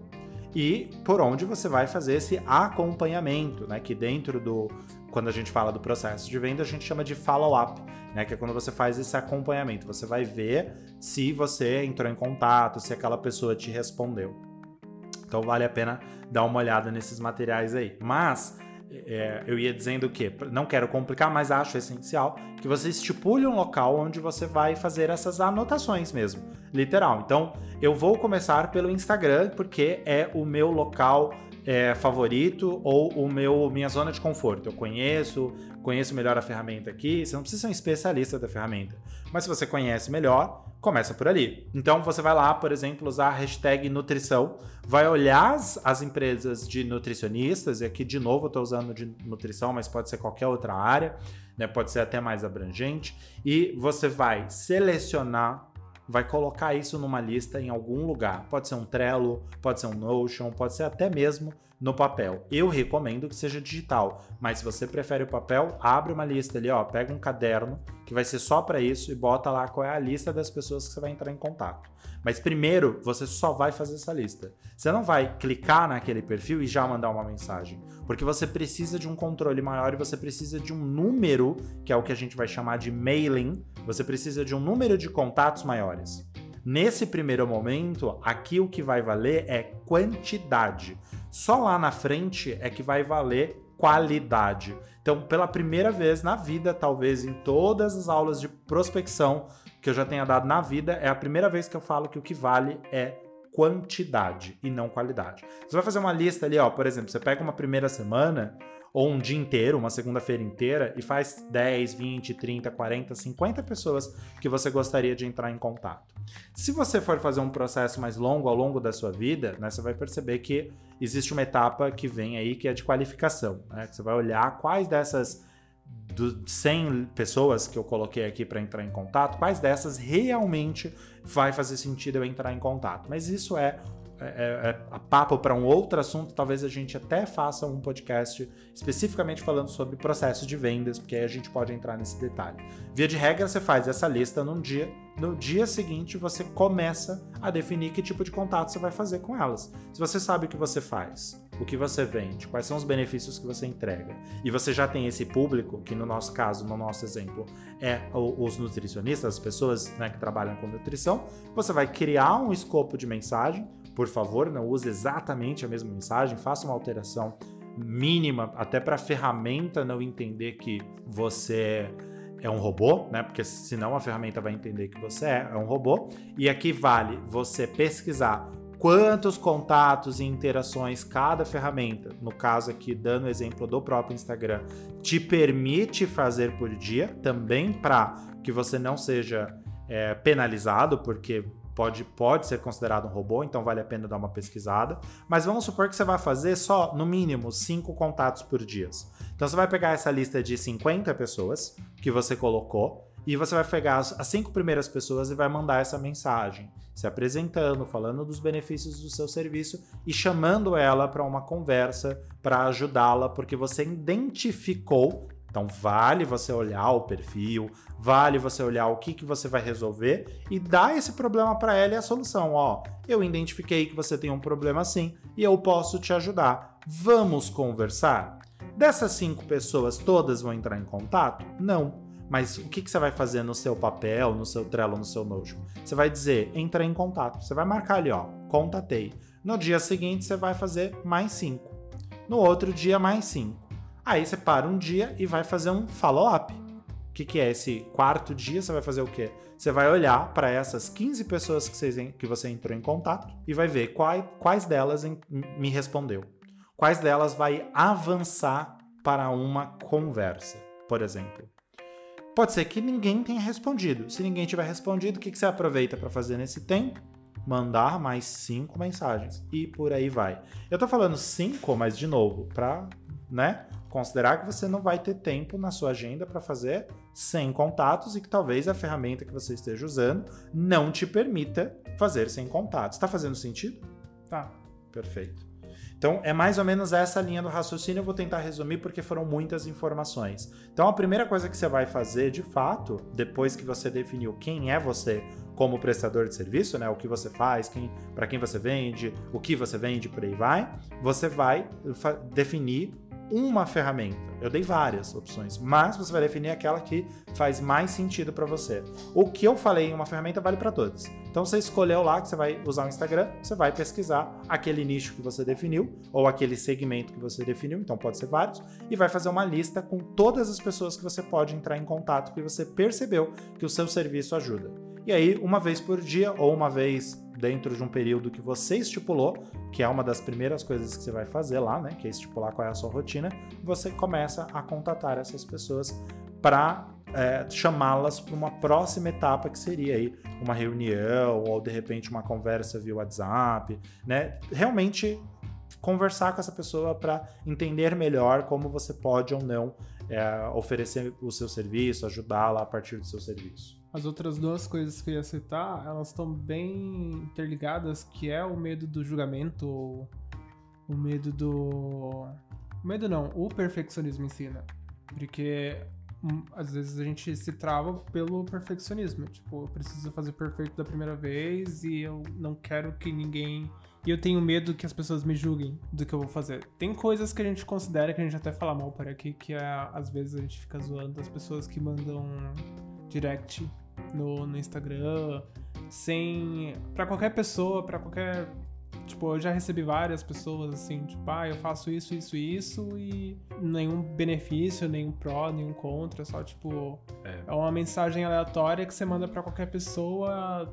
e por onde você vai fazer esse acompanhamento, né, que dentro do, quando a gente fala do processo de venda, a gente chama de follow-up, né, que é quando você faz esse acompanhamento. Você vai ver se você entrou em contato, se aquela pessoa te respondeu. Então vale a pena dar uma olhada nesses materiais aí. Mas é, eu ia dizendo que não quero complicar, mas acho essencial que você estipule um local onde você vai fazer essas anotações mesmo, literal. Então eu vou começar pelo Instagram, porque é o meu local É, favorito ou o meu, minha zona de conforto. Eu conheço, conheço melhor a ferramenta aqui. Você não precisa ser um especialista da ferramenta, mas se você conhece melhor, começa por ali. Então você vai lá, por exemplo, usar a hashtag nutrição, vai olhar as, as empresas de nutricionistas, e aqui de novo eu estou usando de nutrição, mas pode ser qualquer outra área, né? Pode ser até mais abrangente, e você vai selecionar, vai colocar isso numa lista em algum lugar. Pode ser um Trello, pode ser um Notion, pode ser até mesmo no papel. Eu recomendo que seja digital, mas se você prefere o papel, abre uma lista ali, ó, pega um caderno que vai ser só para isso e bota lá qual é a lista das pessoas que você vai entrar em contato. Mas primeiro, você só vai fazer essa lista. Você não vai clicar naquele perfil e já mandar uma mensagem, porque você precisa de um controle maior e você precisa de um número, que é o que a gente vai chamar de mailing, você precisa de um número de contatos maiores. Nesse primeiro momento, aqui o que vai valer é quantidade. Só lá na frente é que vai valer qualidade. Então, pela primeira vez na vida, talvez em todas as aulas de prospecção que eu já tenha dado na vida, é a primeira vez que eu falo que o que vale é quantidade e não qualidade. Você vai fazer uma lista ali, ó, por exemplo, você pega uma primeira semana ou um dia inteiro, uma segunda-feira inteira, e faz dez, vinte, trinta, quarenta, cinquenta pessoas que você gostaria de entrar em contato. Se você for fazer um processo mais longo ao longo da sua vida, né, você vai perceber que existe uma etapa que vem aí que é de qualificação, né? Você vai olhar quais dessas do cem pessoas que eu coloquei aqui para entrar em contato, quais dessas realmente vai fazer sentido eu entrar em contato. Mas isso é é, é, a papo para um outro assunto, talvez a gente até faça um podcast especificamente falando sobre processo de vendas, porque aí a gente pode entrar nesse detalhe. Via de regra, você faz essa lista num dia, no dia seguinte você começa a definir que tipo de contato você vai fazer com elas. Se você sabe o que você faz, o que você vende, quais são os benefícios que você entrega, e você já tem esse público, que no nosso caso, no nosso exemplo, é os nutricionistas, as pessoas, né, que trabalham com nutrição, você vai criar um escopo de mensagem. Por favor, não use exatamente a mesma mensagem, faça uma alteração mínima, até para a ferramenta não entender que você é um robô, né? Porque senão a ferramenta vai entender que você é, é um robô. E aqui vale você pesquisar quantos contatos e interações cada ferramenta, no caso aqui dando o exemplo do próprio Instagram, te permite fazer por dia, também para que você não seja é, penalizado, porque Pode, pode ser considerado um robô, então vale a pena dar uma pesquisada. Mas vamos supor que você vai fazer só, no mínimo, cinco contatos por dia. Então você vai pegar essa lista de cinquenta pessoas que você colocou e você vai pegar as cinco primeiras pessoas e vai mandar essa mensagem, se apresentando, falando dos benefícios do seu serviço e chamando ela para uma conversa para ajudá-la, porque você identificou. Então vale você olhar o perfil, vale você olhar o que, que você vai resolver e dar esse problema para ela e a solução. Ó, eu identifiquei que você tem um problema assim e eu posso te ajudar. Vamos conversar? Dessas cinco pessoas, todas vão entrar em contato? Não. Mas o que, que você vai fazer no seu papel, no seu Trello, no seu Notion? Você vai dizer, entra em contato. Você vai marcar ali, ó, contatei. No dia seguinte, você vai fazer mais cinco. No outro dia, mais cinco. Aí você para um dia e vai fazer um follow-up. O que, que é esse quarto dia? Você vai fazer o quê? Você vai olhar para essas quinze pessoas que, vocês, que você entrou em contato e vai ver quais, quais delas em, me respondeu. Quais delas vai avançar para uma conversa, por exemplo. Pode ser que ninguém tenha respondido. Se ninguém tiver respondido, o que, que você aproveita para fazer nesse tempo? Mandar mais cinco mensagens. E por aí vai. Eu tô falando cinco, mas de novo, para, né, considerar que você não vai ter tempo na sua agenda para fazer cem contatos e que talvez a ferramenta que você esteja usando não te permita fazer cem contatos. Tá fazendo sentido? Tá. Perfeito. Então, é mais ou menos essa linha do raciocínio. Eu vou tentar resumir porque foram muitas informações. Então, a primeira coisa que você vai fazer, de fato, depois que você definiu quem é você como prestador de serviço, né, o que você faz, quem, para quem você vende, o que você vende, por aí vai, você vai definir uma ferramenta. Eu dei várias opções, mas você vai definir aquela que faz mais sentido para você. O que eu falei em uma ferramenta vale para todas. Então você escolheu lá que você vai usar o Instagram, você vai pesquisar aquele nicho que você definiu ou aquele segmento que você definiu, então pode ser vários, e vai fazer uma lista com todas as pessoas que você pode entrar em contato que você percebeu que o seu serviço ajuda. E aí, uma vez por dia ou uma vez dentro de um período que você estipulou, que é uma das primeiras coisas que você vai fazer lá, né, que é estipular qual é a sua rotina, você começa a contatar essas pessoas para é, chamá-las para uma próxima etapa, que seria aí uma reunião ou de repente uma conversa via WhatsApp, né? Realmente conversar com essa pessoa para entender melhor como você pode ou não é, oferecer o seu serviço, ajudá-la a partir do seu serviço. As outras duas coisas que eu ia citar, elas estão bem interligadas, que é o medo do julgamento, ou o medo do... O medo não, o perfeccionismo em si, né? Porque hum, às vezes a gente se trava pelo perfeccionismo. Tipo, eu preciso fazer perfeito da primeira vez e eu não quero que ninguém... E eu tenho medo que as pessoas me julguem do que eu vou fazer. Tem coisas que a gente considera, que a gente até fala mal por aqui, que é, às vezes a gente fica zoando as pessoas que mandam direct no, no Instagram, sem... Pra qualquer pessoa, pra qualquer... Tipo, eu já recebi várias pessoas assim, tipo, ah, eu faço isso, isso e isso e nenhum benefício, nenhum pró, nenhum contra, só tipo... É, é uma mensagem aleatória que você manda pra qualquer pessoa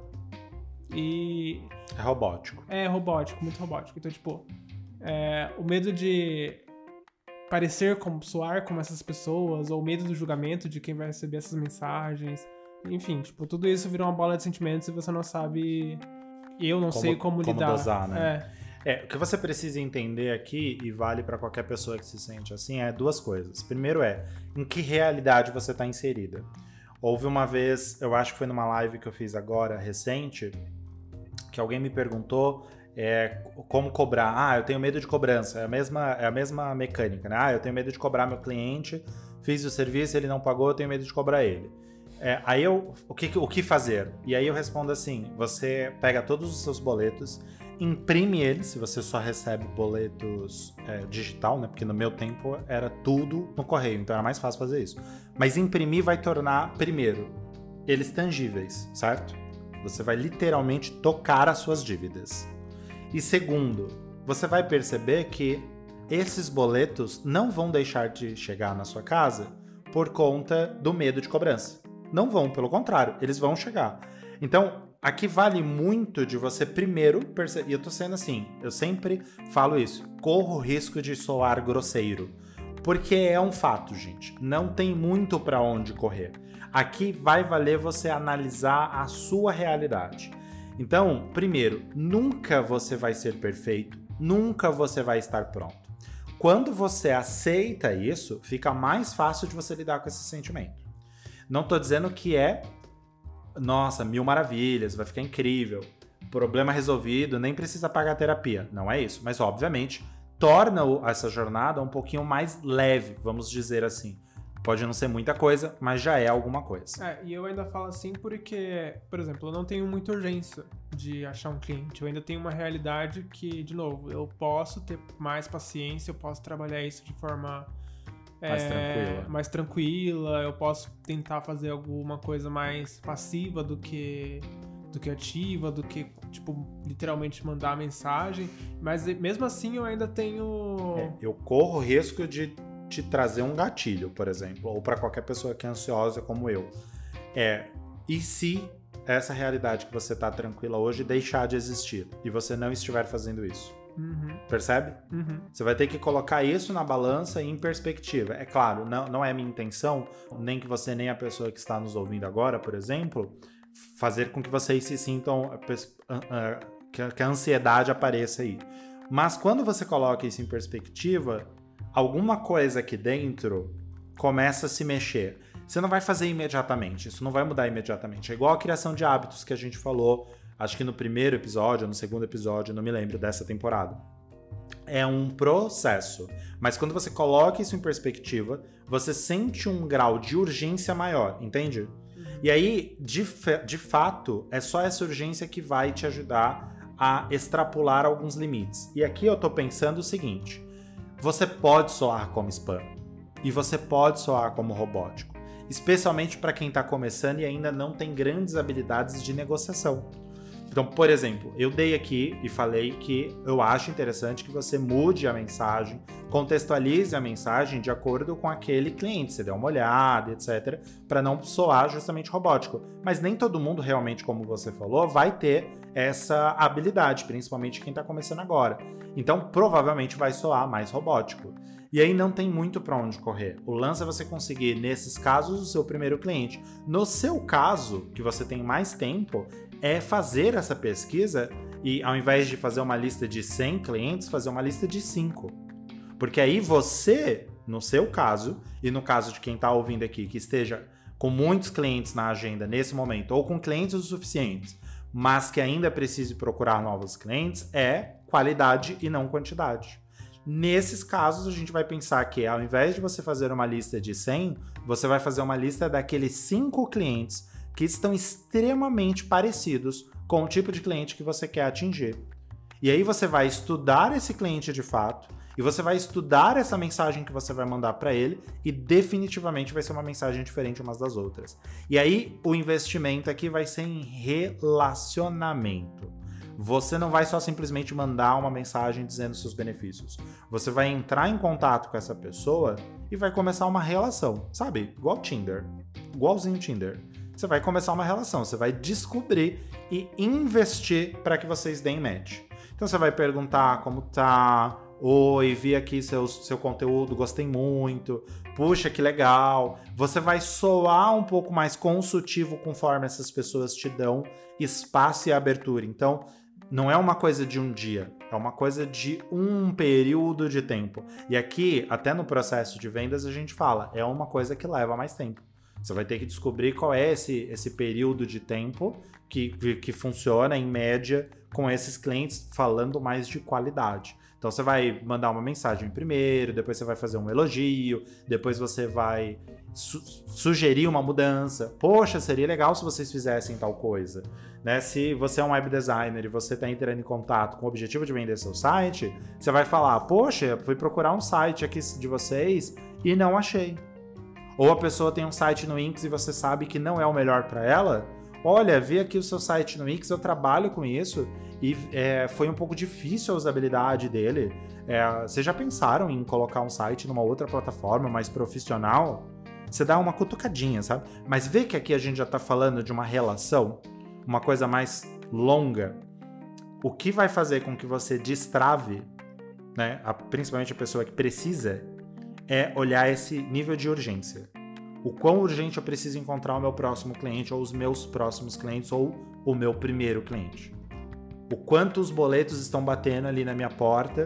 e... É robótico. É robótico, muito robótico. Então, tipo, é, o medo de parecer como, soar como essas pessoas, ou o medo do julgamento de quem vai receber essas mensagens... Enfim, tipo, tudo isso vira uma bola de sentimentos e você não sabe... Eu não como, sei como, como lidar. Dosar, né? É. É, o que você precisa entender aqui, e vale para qualquer pessoa que se sente assim, é duas coisas. Primeiro é, em que realidade você está inserida? Houve uma vez, eu acho que foi numa live que eu fiz agora, recente, que alguém me perguntou É como cobrar. Ah, eu tenho medo de cobrança. É a mesma, é a mesma mecânica, né? Ah, eu tenho medo de cobrar meu cliente, fiz o serviço, ele não pagou, eu tenho medo de cobrar ele. É, aí eu, o que, o que fazer? E aí eu respondo assim, você pega todos os seus boletos, imprime eles, se você só recebe boletos é, digital, né? Porque no meu tempo era tudo no correio, então era mais fácil fazer isso. Mas imprimir vai tornar, primeiro, eles tangíveis, certo? Você vai literalmente tocar as suas dívidas. E segundo, você vai perceber que esses boletos não vão deixar de chegar na sua casa por conta do medo de cobrança. Não vão, pelo contrário, eles vão chegar. Então, aqui vale muito de você primeiro perceber, e eu tô sendo assim, eu sempre falo isso, corro o risco de soar grosseiro, porque é um fato, gente, não tem muito para onde correr. Aqui vai valer você analisar a sua realidade. Então, primeiro, nunca você vai ser perfeito, nunca você vai estar pronto. Quando você aceita isso, fica mais fácil de você lidar com esse sentimento. Não tô dizendo que é, nossa, mil maravilhas, vai ficar incrível, problema resolvido, nem precisa pagar terapia. Não é isso, mas obviamente torna essa jornada um pouquinho mais leve, vamos dizer assim. Pode não ser muita coisa, mas já é alguma coisa. É, e eu ainda falo assim porque, por exemplo, eu não tenho muita urgência de achar um cliente. Eu ainda tenho uma realidade que, de novo, eu posso ter mais paciência, eu posso trabalhar isso de forma mais, é, tranquila. mais tranquila, eu posso tentar fazer alguma coisa mais passiva do que, do que ativa, do que, tipo, literalmente mandar mensagem. Mas mesmo assim eu ainda tenho... É, eu corro o risco de te trazer um gatilho, por exemplo, ou para qualquer pessoa que é ansiosa como eu. É, e se essa realidade que você tá tranquila hoje deixar de existir e você não estiver fazendo isso? Uhum. Percebe? Uhum. Você vai ter que colocar isso na balança e em perspectiva. É claro, não, não é minha intenção, nem que você nem a pessoa que está nos ouvindo agora, por exemplo, fazer com que vocês se sintam, que a ansiedade apareça aí. Mas quando você coloca isso em perspectiva, alguma coisa aqui dentro começa a se mexer. Você não vai fazer imediatamente, isso não vai mudar imediatamente. É igual a criação de hábitos que a gente falou, acho que no primeiro episódio, ou no segundo episódio, não me lembro, dessa temporada. É um processo. Mas quando você coloca isso em perspectiva, você sente um grau de urgência maior, entende? E aí, de, de fato, é só essa urgência que vai te ajudar a extrapolar alguns limites. E aqui eu tô pensando o seguinte: você pode soar como spam e você pode soar como robótico, especialmente para quem está começando e ainda não tem grandes habilidades de negociação. Então, por exemplo, eu dei aqui e falei que eu acho interessante que você mude a mensagem, contextualize a mensagem de acordo com aquele cliente, você dê uma olhada, etcétera, para não soar justamente robótico. Mas nem todo mundo realmente, como você falou, vai ter essa habilidade, principalmente quem está começando agora. Então, provavelmente vai soar mais robótico. E aí não tem muito para onde correr. O lance é você conseguir, nesses casos, o seu primeiro cliente. No seu caso, que você tem mais tempo, é fazer essa pesquisa e, ao invés de fazer uma lista de cem clientes, fazer uma lista de cinco. Porque aí você, no seu caso, e no caso de quem está ouvindo aqui, que esteja com muitos clientes na agenda nesse momento, ou com clientes o suficientes, mas que ainda precise procurar novos clientes, é qualidade e não quantidade. Nesses casos, a gente vai pensar que, ao invés de você fazer uma lista de cem, você vai fazer uma lista daqueles cinco clientes que estão extremamente parecidos com o tipo de cliente que você quer atingir. E aí você vai estudar esse cliente de fato, e você vai estudar essa mensagem que você vai mandar para ele, e definitivamente vai ser uma mensagem diferente umas das outras. E aí o investimento aqui vai ser em relacionamento. Você não vai só simplesmente mandar uma mensagem dizendo seus benefícios. Você vai entrar em contato com essa pessoa e vai começar uma relação, sabe? Igual Tinder. Igualzinho Tinder. Você vai começar uma relação, você vai descobrir e investir para que vocês deem match. Então você vai perguntar como tá, oi, vi aqui seu, seu conteúdo, gostei muito, puxa, que legal. Você vai soar um pouco mais consultivo conforme essas pessoas te dão espaço e abertura. Então, não é uma coisa de um dia, é uma coisa de um período de tempo. E aqui, até no processo de vendas, a gente fala, é uma coisa que leva mais tempo. Você vai ter que descobrir qual é esse, esse período de tempo que, que funciona, em média, com esses clientes falando mais de qualidade. Então você vai mandar uma mensagem primeiro, depois você vai fazer um elogio, depois você vai su- sugerir uma mudança. Poxa, seria legal se vocês fizessem tal coisa. Né? Se você é um web designer e você está entrando em contato com o objetivo de vender seu site, você vai falar, poxa, fui procurar um site aqui de vocês e não achei. Ou a pessoa tem um site no Wix e você sabe que não é o melhor para ela. Olha, vi aqui o seu site no Wix, eu trabalho com isso e é, foi um pouco difícil a usabilidade dele. É, vocês já pensaram em colocar um site numa outra plataforma mais profissional? Você dá uma cutucadinha, sabe? Mas vê que aqui a gente já está falando de uma relação, uma coisa mais longa. O que vai fazer com que você destrave, né, a, principalmente a pessoa que precisa, é olhar esse nível de urgência. O quão urgente eu preciso encontrar o meu próximo cliente, ou os meus próximos clientes, ou o meu primeiro cliente. O quanto os boletos estão batendo ali na minha porta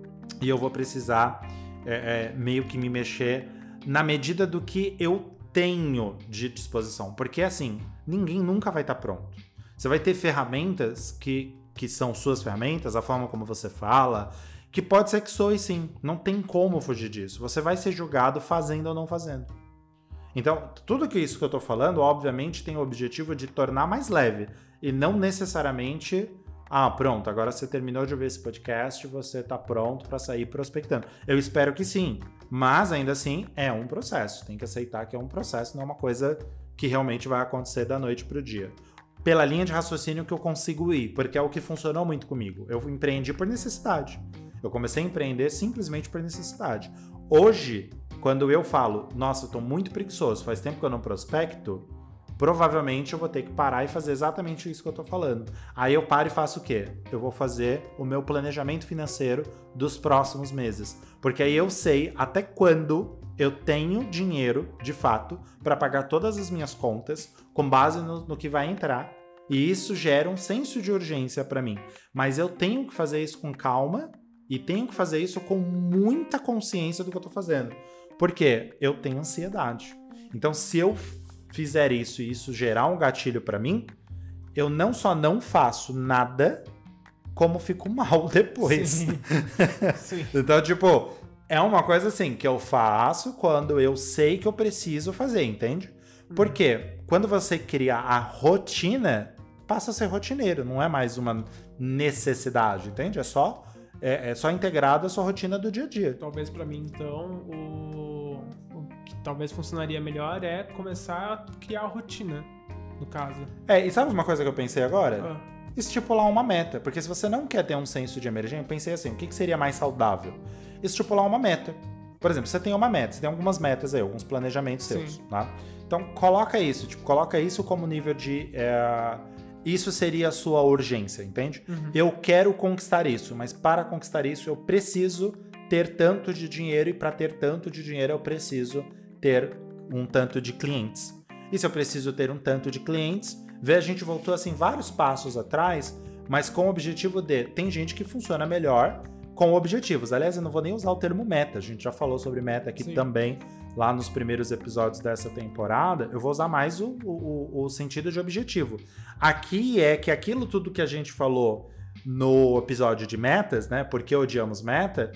e eu vou precisar é, é, meio que me mexer na medida do que eu tenho de disposição. Porque assim, ninguém nunca vai estar pronto. Você vai ter ferramentas que, que são suas ferramentas, a forma como você fala, que pode ser que soe sim. Não tem como fugir disso. Você vai ser julgado fazendo ou não fazendo. Então, tudo que isso que eu tô falando, obviamente, tem o objetivo de tornar mais leve. E não necessariamente, ah, pronto, agora você terminou de ouvir esse podcast, você tá pronto para sair prospectando. Eu espero que sim, mas ainda assim é um processo. Tem que aceitar que é um processo, não é uma coisa que realmente vai acontecer da noite pro dia. Pela linha de raciocínio que eu consigo ir, porque é o que funcionou muito comigo. Eu empreendi por necessidade. Eu comecei a empreender simplesmente por necessidade. Hoje, quando eu falo, nossa, eu tô muito preguiçoso, faz tempo que eu não prospecto, provavelmente eu vou ter que parar e fazer exatamente isso que eu tô falando. Aí eu paro e faço o quê? Eu vou fazer o meu planejamento financeiro dos próximos meses. Porque aí eu sei até quando eu tenho dinheiro, de fato, para pagar todas as minhas contas, com base no, no que vai entrar. E isso gera um senso de urgência para mim. Mas eu tenho que fazer isso com calma e tenho que fazer isso com muita consciência do que eu tô fazendo. Porque eu tenho ansiedade. Então, se eu fizer isso e isso gerar um gatilho pra mim, eu não só não faço nada, como fico mal depois. Sim. Sim. Então, tipo, é uma coisa assim que eu faço quando eu sei que eu preciso fazer, entende? Porque quando você cria a rotina, passa a ser rotineiro, não é mais uma necessidade, entende? É só, é, é só integrado à sua rotina do dia a dia. Talvez pra mim, então, o... o que talvez funcionaria melhor é começar a criar a rotina, no caso. É, e sabe uma coisa que eu pensei agora? Ah. Estipular uma meta. Porque se você não quer ter um senso de emergência, eu pensei assim, o que que seria mais saudável? Estipular uma meta. Por exemplo, você tem uma meta, você tem algumas metas aí, alguns planejamentos Sim. seus, tá? Então, coloca isso, tipo, coloca isso como nível de... É... Isso seria a sua urgência, entende? Uhum. Eu quero conquistar isso, mas para conquistar isso eu preciso ter tanto de dinheiro e para ter tanto de dinheiro eu preciso ter um tanto de clientes. E se eu preciso ter um tanto de clientes, vê, a gente voltou assim vários passos atrás, mas com o objetivo de... Tem gente que funciona melhor com objetivos. Aliás, eu não vou nem usar o termo meta, a gente já falou sobre meta aqui Sim. também, lá nos primeiros episódios dessa temporada. Eu vou usar mais o, o, o sentido de objetivo. Aqui é que aquilo tudo que a gente falou no episódio de metas, né? Porque odiamos meta,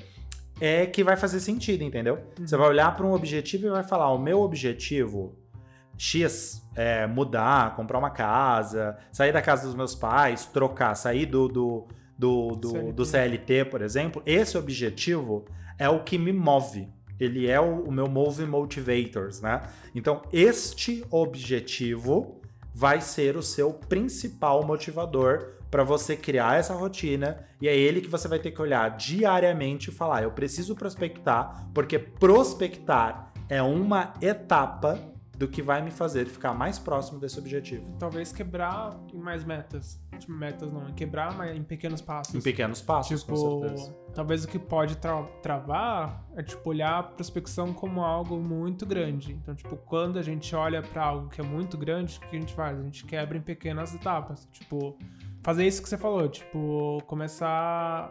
é que vai fazer sentido, entendeu? Uhum. Você vai olhar para um objetivo e vai falar, o meu objetivo X é mudar, comprar uma casa, sair da casa dos meus pais, trocar, sair do, do, do, do, C L T. do C L T, por exemplo. Esse objetivo é o que me move. Ele é o, o meu Move Motivators, né? Então, este objetivo vai ser o seu principal motivador para você criar essa rotina, e é ele que você vai ter que olhar diariamente e falar, eu preciso prospectar, porque prospectar é uma etapa do que vai me fazer ficar mais próximo desse objetivo. Talvez quebrar em mais metas. Tipo, metas não, quebrar mas em pequenos passos. Em pequenos passos, tipo, com certeza. Talvez o que pode tra travar é, tipo, olhar a prospecção como algo muito grande. Então, tipo, quando a gente olha pra algo que é muito grande, o que a gente faz? A gente quebra em pequenas etapas. Tipo, fazer isso que você falou, tipo, começar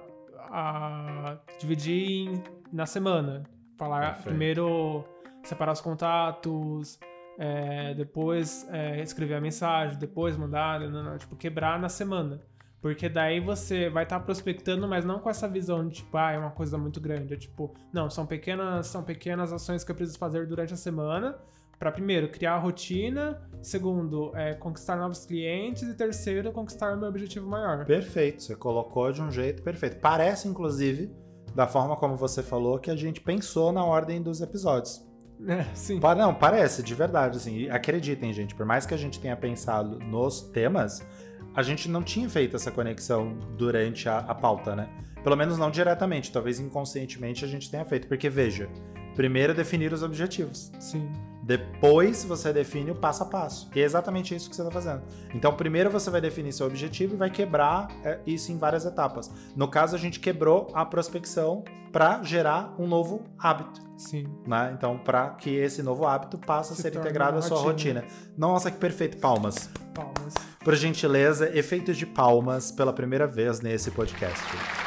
a dividir em, na semana. Falar Perfeito. Primeiro, separar os contatos, é, depois é, escrever a mensagem, depois mandar, não, não, tipo, quebrar na semana. Porque daí você vai estar tá prospectando, mas não com essa visão de, tipo, ah, é uma coisa muito grande. É tipo, não, são pequenas, são pequenas ações que eu preciso fazer durante a semana para, primeiro, criar a rotina, segundo, é, conquistar novos clientes e, terceiro, conquistar o meu objetivo maior. Perfeito, você colocou de um jeito perfeito. Parece, inclusive, da forma como você falou, que a gente pensou na ordem dos episódios. É, sim. Não, parece, de verdade, assim. Acreditem, gente, por mais que a gente tenha pensado nos temas, a gente não tinha feito essa conexão durante a, a pauta, né? Pelo menos não diretamente, talvez inconscientemente a gente tenha feito. Porque, veja, primeiro definir os objetivos. Sim. Depois você define o passo a passo. E é exatamente isso que você está fazendo. Então, primeiro você vai definir seu objetivo e vai quebrar é, isso em várias etapas. No caso, a gente quebrou a prospecção para gerar um novo hábito. Sim. Né? Então, para que esse novo hábito passe Se a ser torna integrado à sua rotina. Nossa, que perfeito. Palmas. Palmas. Por gentileza, efeitos de palmas pela primeira vez nesse podcast.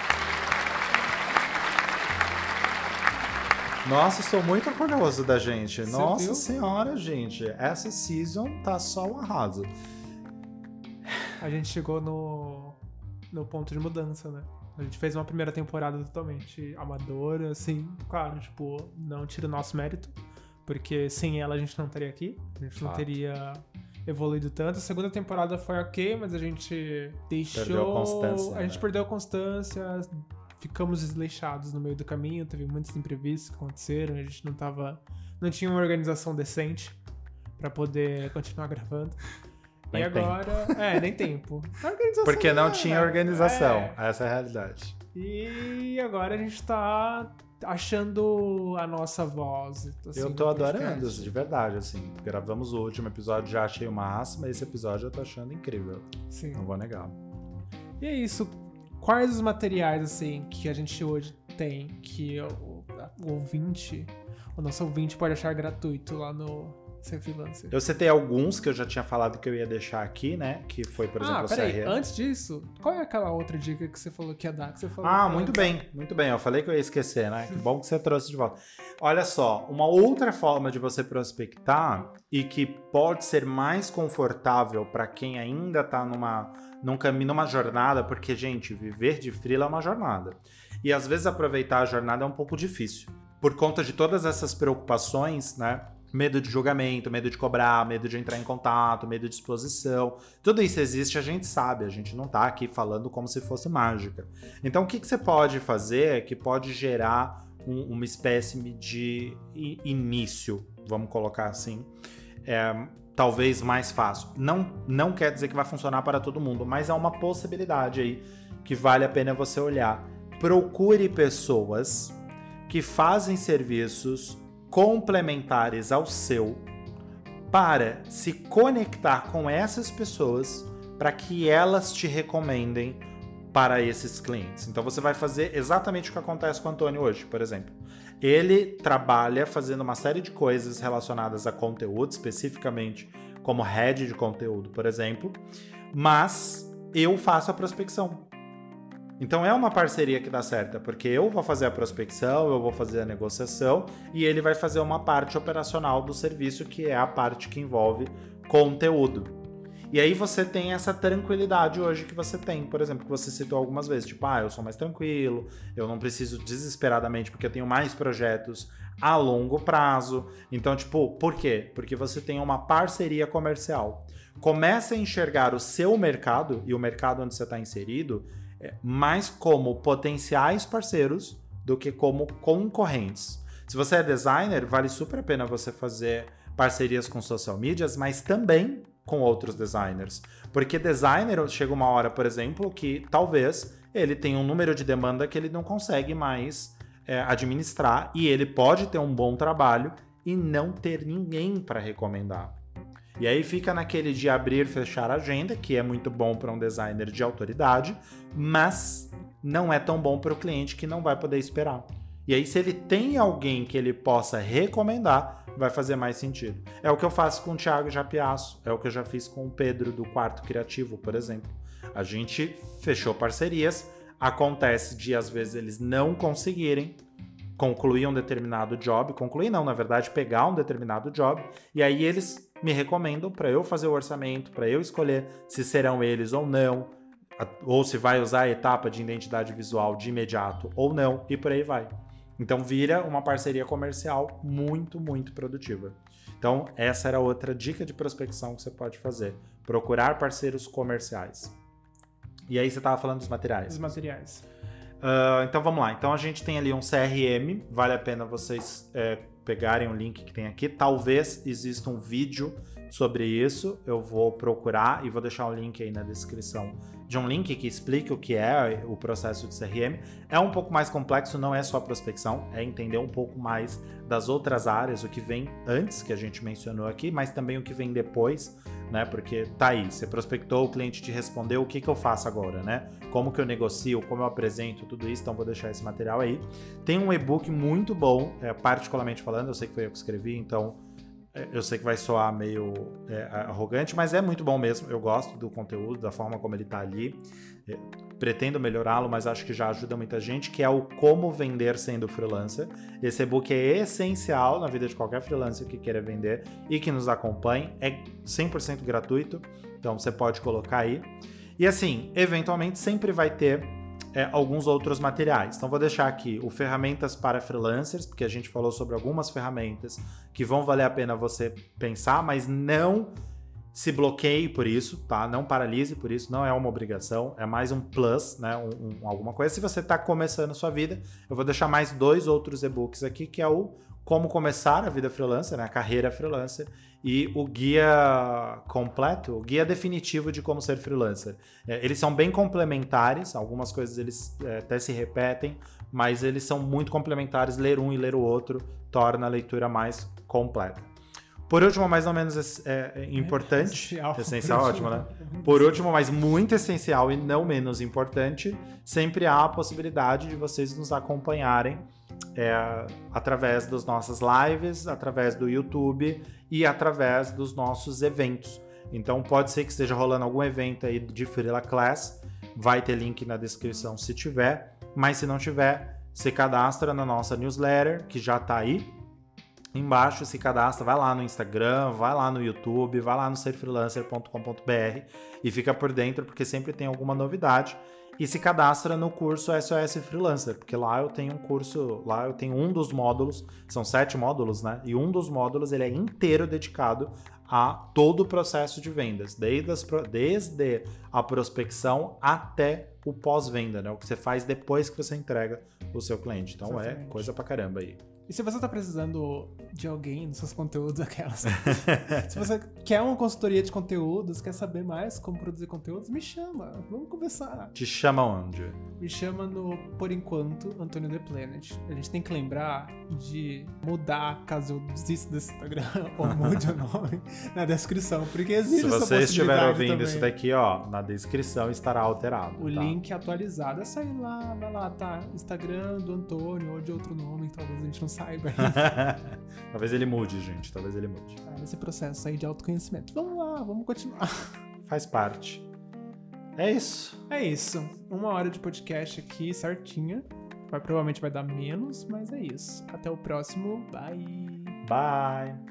Nossa, estou muito orgulhoso da gente. Você Nossa viu? senhora, gente. Essa season tá só um arraso. A gente chegou no, no ponto de mudança, né? A gente fez uma primeira temporada totalmente amadora, assim, claro, tipo, não tira o nosso mérito, porque sem ela a gente não estaria aqui, a gente não Fato. teria evoluído tanto. A segunda temporada foi ok, mas a gente deixou... Perdeu a constância, A gente né? perdeu a constância, ficamos desleixados no meio do caminho, teve muitos imprevistos que aconteceram, a gente não tava... Não tinha uma organização decente pra poder continuar gravando. Nem e agora... É, nem tempo. A organização Porque não é, tinha né? organização. É. Essa é a realidade. E agora a gente tá achando a nossa voz. Assim, eu tô no adorando, podcast. de verdade, assim. Gravamos o último episódio, já achei o máximo, esse episódio eu tô achando incrível. Sim. Não vou negar. E é isso. Quais os materiais, assim, que a gente hoje tem que o, o ouvinte, o nosso ouvinte pode achar gratuito lá no Ser Freelancer? Eu citei alguns que eu já tinha falado que eu ia deixar aqui, né? Que foi, por exemplo, Ah, o peraí, C R M. antes disso, qual é aquela outra dica que você falou que ia dar? Que você falou Ah, que ia muito dar? bem, muito bem. Eu falei que eu ia esquecer, né? Que bom que você trouxe de volta. Olha só, uma outra forma de você prospectar e que pode ser mais confortável para quem ainda tá numa, num caminho, numa jornada, porque, gente, viver de freela é uma jornada. E às vezes aproveitar a jornada é um pouco difícil. Por conta de todas essas preocupações, né? Medo de julgamento, medo de cobrar, medo de entrar em contato, medo de exposição. Tudo isso existe, a gente sabe, a gente não tá aqui falando como se fosse mágica. Então, o que, que você pode fazer que pode gerar um, uma espécie de início, vamos colocar assim, é, talvez mais fácil. Não, não quer dizer que vai funcionar para todo mundo, mas é uma possibilidade aí que vale a pena você olhar. Procure pessoas que fazem serviços complementares ao seu para se conectar com essas pessoas para que elas te recomendem para esses clientes. Então você vai fazer exatamente o que acontece com o Antônio hoje, por exemplo. Ele trabalha fazendo uma série de coisas relacionadas a conteúdo, especificamente como head de conteúdo, por exemplo, mas eu faço a prospecção. Então é uma parceria que dá certo, porque eu vou fazer a prospecção, eu vou fazer a negociação e ele vai fazer uma parte operacional do serviço, que é a parte que envolve conteúdo. E aí você tem essa tranquilidade hoje que você tem, por exemplo, que você citou algumas vezes, tipo, ah, eu sou mais tranquilo, eu não preciso desesperadamente porque eu tenho mais projetos a longo prazo. Então, tipo, por quê? Porque você tem uma parceria comercial. Começa a enxergar o seu mercado e o mercado onde você está inserido mais como potenciais parceiros do que como concorrentes. Se você é designer, vale super a pena você fazer parcerias com social medias, mas também com outros designers. Porque designer, chega uma hora, por exemplo, que talvez ele tenha um número de demanda que ele não consegue mais é, administrar e ele pode ter um bom trabalho e não ter ninguém para recomendar. E aí fica naquele de abrir e fechar a agenda, que é muito bom para um designer de autoridade, mas não é tão bom para o cliente que não vai poder esperar. E aí se ele tem alguém que ele possa recomendar, vai fazer mais sentido. É o que eu faço com o Thiago Japiaço, é o que eu já fiz com o Pedro do Quarto Criativo, por exemplo. A gente fechou parcerias, acontece de às vezes eles não conseguirem concluir um determinado job, concluir não, na verdade pegar um determinado job, e aí eles me recomendam para eu fazer o orçamento, para eu escolher se serão eles ou não. ou se vai usar a etapa de identidade visual de imediato ou não, e por aí vai. Então vira uma parceria comercial muito, muito produtiva. Então essa era outra dica de prospecção que você pode fazer. Procurar parceiros comerciais. E aí você estava falando dos materiais. Os materiais. Uh, então vamos lá. Então a gente tem ali um C R M. Vale a pena vocês é, pegarem o link que tem aqui. Talvez exista um vídeo sobre isso. Eu vou procurar e vou deixar o link aí na descrição de um link que explique o que é o processo de C R M. É um pouco mais complexo, não é só prospecção, é entender um pouco mais das outras áreas, o que vem antes, que a gente mencionou aqui, mas também o que vem depois, né? Porque tá aí, você prospectou, o cliente te respondeu, o que que eu faço agora, né? Como que eu negocio, como eu apresento, tudo isso, então vou deixar esse material aí. Tem um e-book muito bom, é, particularmente falando, eu sei que foi eu que escrevi, então eu sei que vai soar meio é, arrogante, mas é muito bom mesmo. Eu gosto do conteúdo, da forma como ele tá ali. É, pretendo melhorá-lo, mas acho que já ajuda muita gente, que é o Como Vender Sendo Freelancer. Esse e-book é essencial na vida de qualquer freelancer que queira vender e que nos acompanhe. É cem por cento gratuito, então você pode colocar aí. E assim, eventualmente sempre vai ter É, alguns outros materiais. Então vou deixar aqui o Ferramentas para Freelancers, porque a gente falou sobre algumas ferramentas que vão valer a pena você pensar, mas não se bloqueie por isso, tá? Não paralise por isso, não é uma obrigação, é mais um plus, né? Um, um, alguma coisa. Se você está começando a sua vida, eu vou deixar mais dois outros e-books aqui, que é o Como Começar a Vida Freelancer, né? A Carreira Freelancer, e o guia completo, o guia definitivo de como ser freelancer. É, eles são bem complementares, algumas coisas eles é, até se repetem, mas eles são muito complementares, ler um e ler o outro torna a leitura mais completa. Por último, mais ou menos é, é importante, essencial, essencial ótimo, né? Por último, mas muito essencial e não menos importante, sempre há a possibilidade de vocês nos acompanharem É, através das nossas lives, através do YouTube e através dos nossos eventos. Então pode ser que esteja rolando algum evento aí de Freela Class, vai ter link na descrição se tiver, mas se não tiver, se cadastra na nossa newsletter, que já está aí embaixo, se cadastra, vai lá no Instagram, vai lá no YouTube, vai lá no ser freelancer ponto com ponto b r e fica por dentro, porque sempre tem alguma novidade. E se cadastra no curso S O S Freelancer, porque lá eu tenho um curso, lá eu tenho um dos módulos, são sete módulos, né? E um dos módulos ele é inteiro dedicado a todo o processo de vendas, desde, as, desde a prospecção até o pós-venda, né? O que você faz depois que você entrega o seu cliente. Então Exatamente. É coisa pra caramba aí. E se você tá precisando de alguém nos seus conteúdos, aquelas... se você quer uma consultoria de conteúdos, quer saber mais como produzir conteúdos, me chama. Vamos conversar. Te chama onde? Me chama no, por enquanto, Antônio The Planet. A gente tem que lembrar de mudar, caso eu desista desse Instagram, ou mude o nome, na descrição, porque existe essa possibilidade. Se você estiver ouvindo também. Isso daqui, ó, na descrição estará alterado. O tá? link atualizado é sair lá, vai lá, tá? Instagram do Antônio ou de outro nome, que talvez a gente não saiba ainda. Talvez ele mude, gente. Talvez ele mude. Ah, nesse processo aí de autoconhecimento. Vamos lá, vamos continuar. Faz parte. É isso. É isso. Uma hora de podcast aqui certinha. Vai, provavelmente vai dar menos, mas é isso. Até o próximo. Bye. Bye.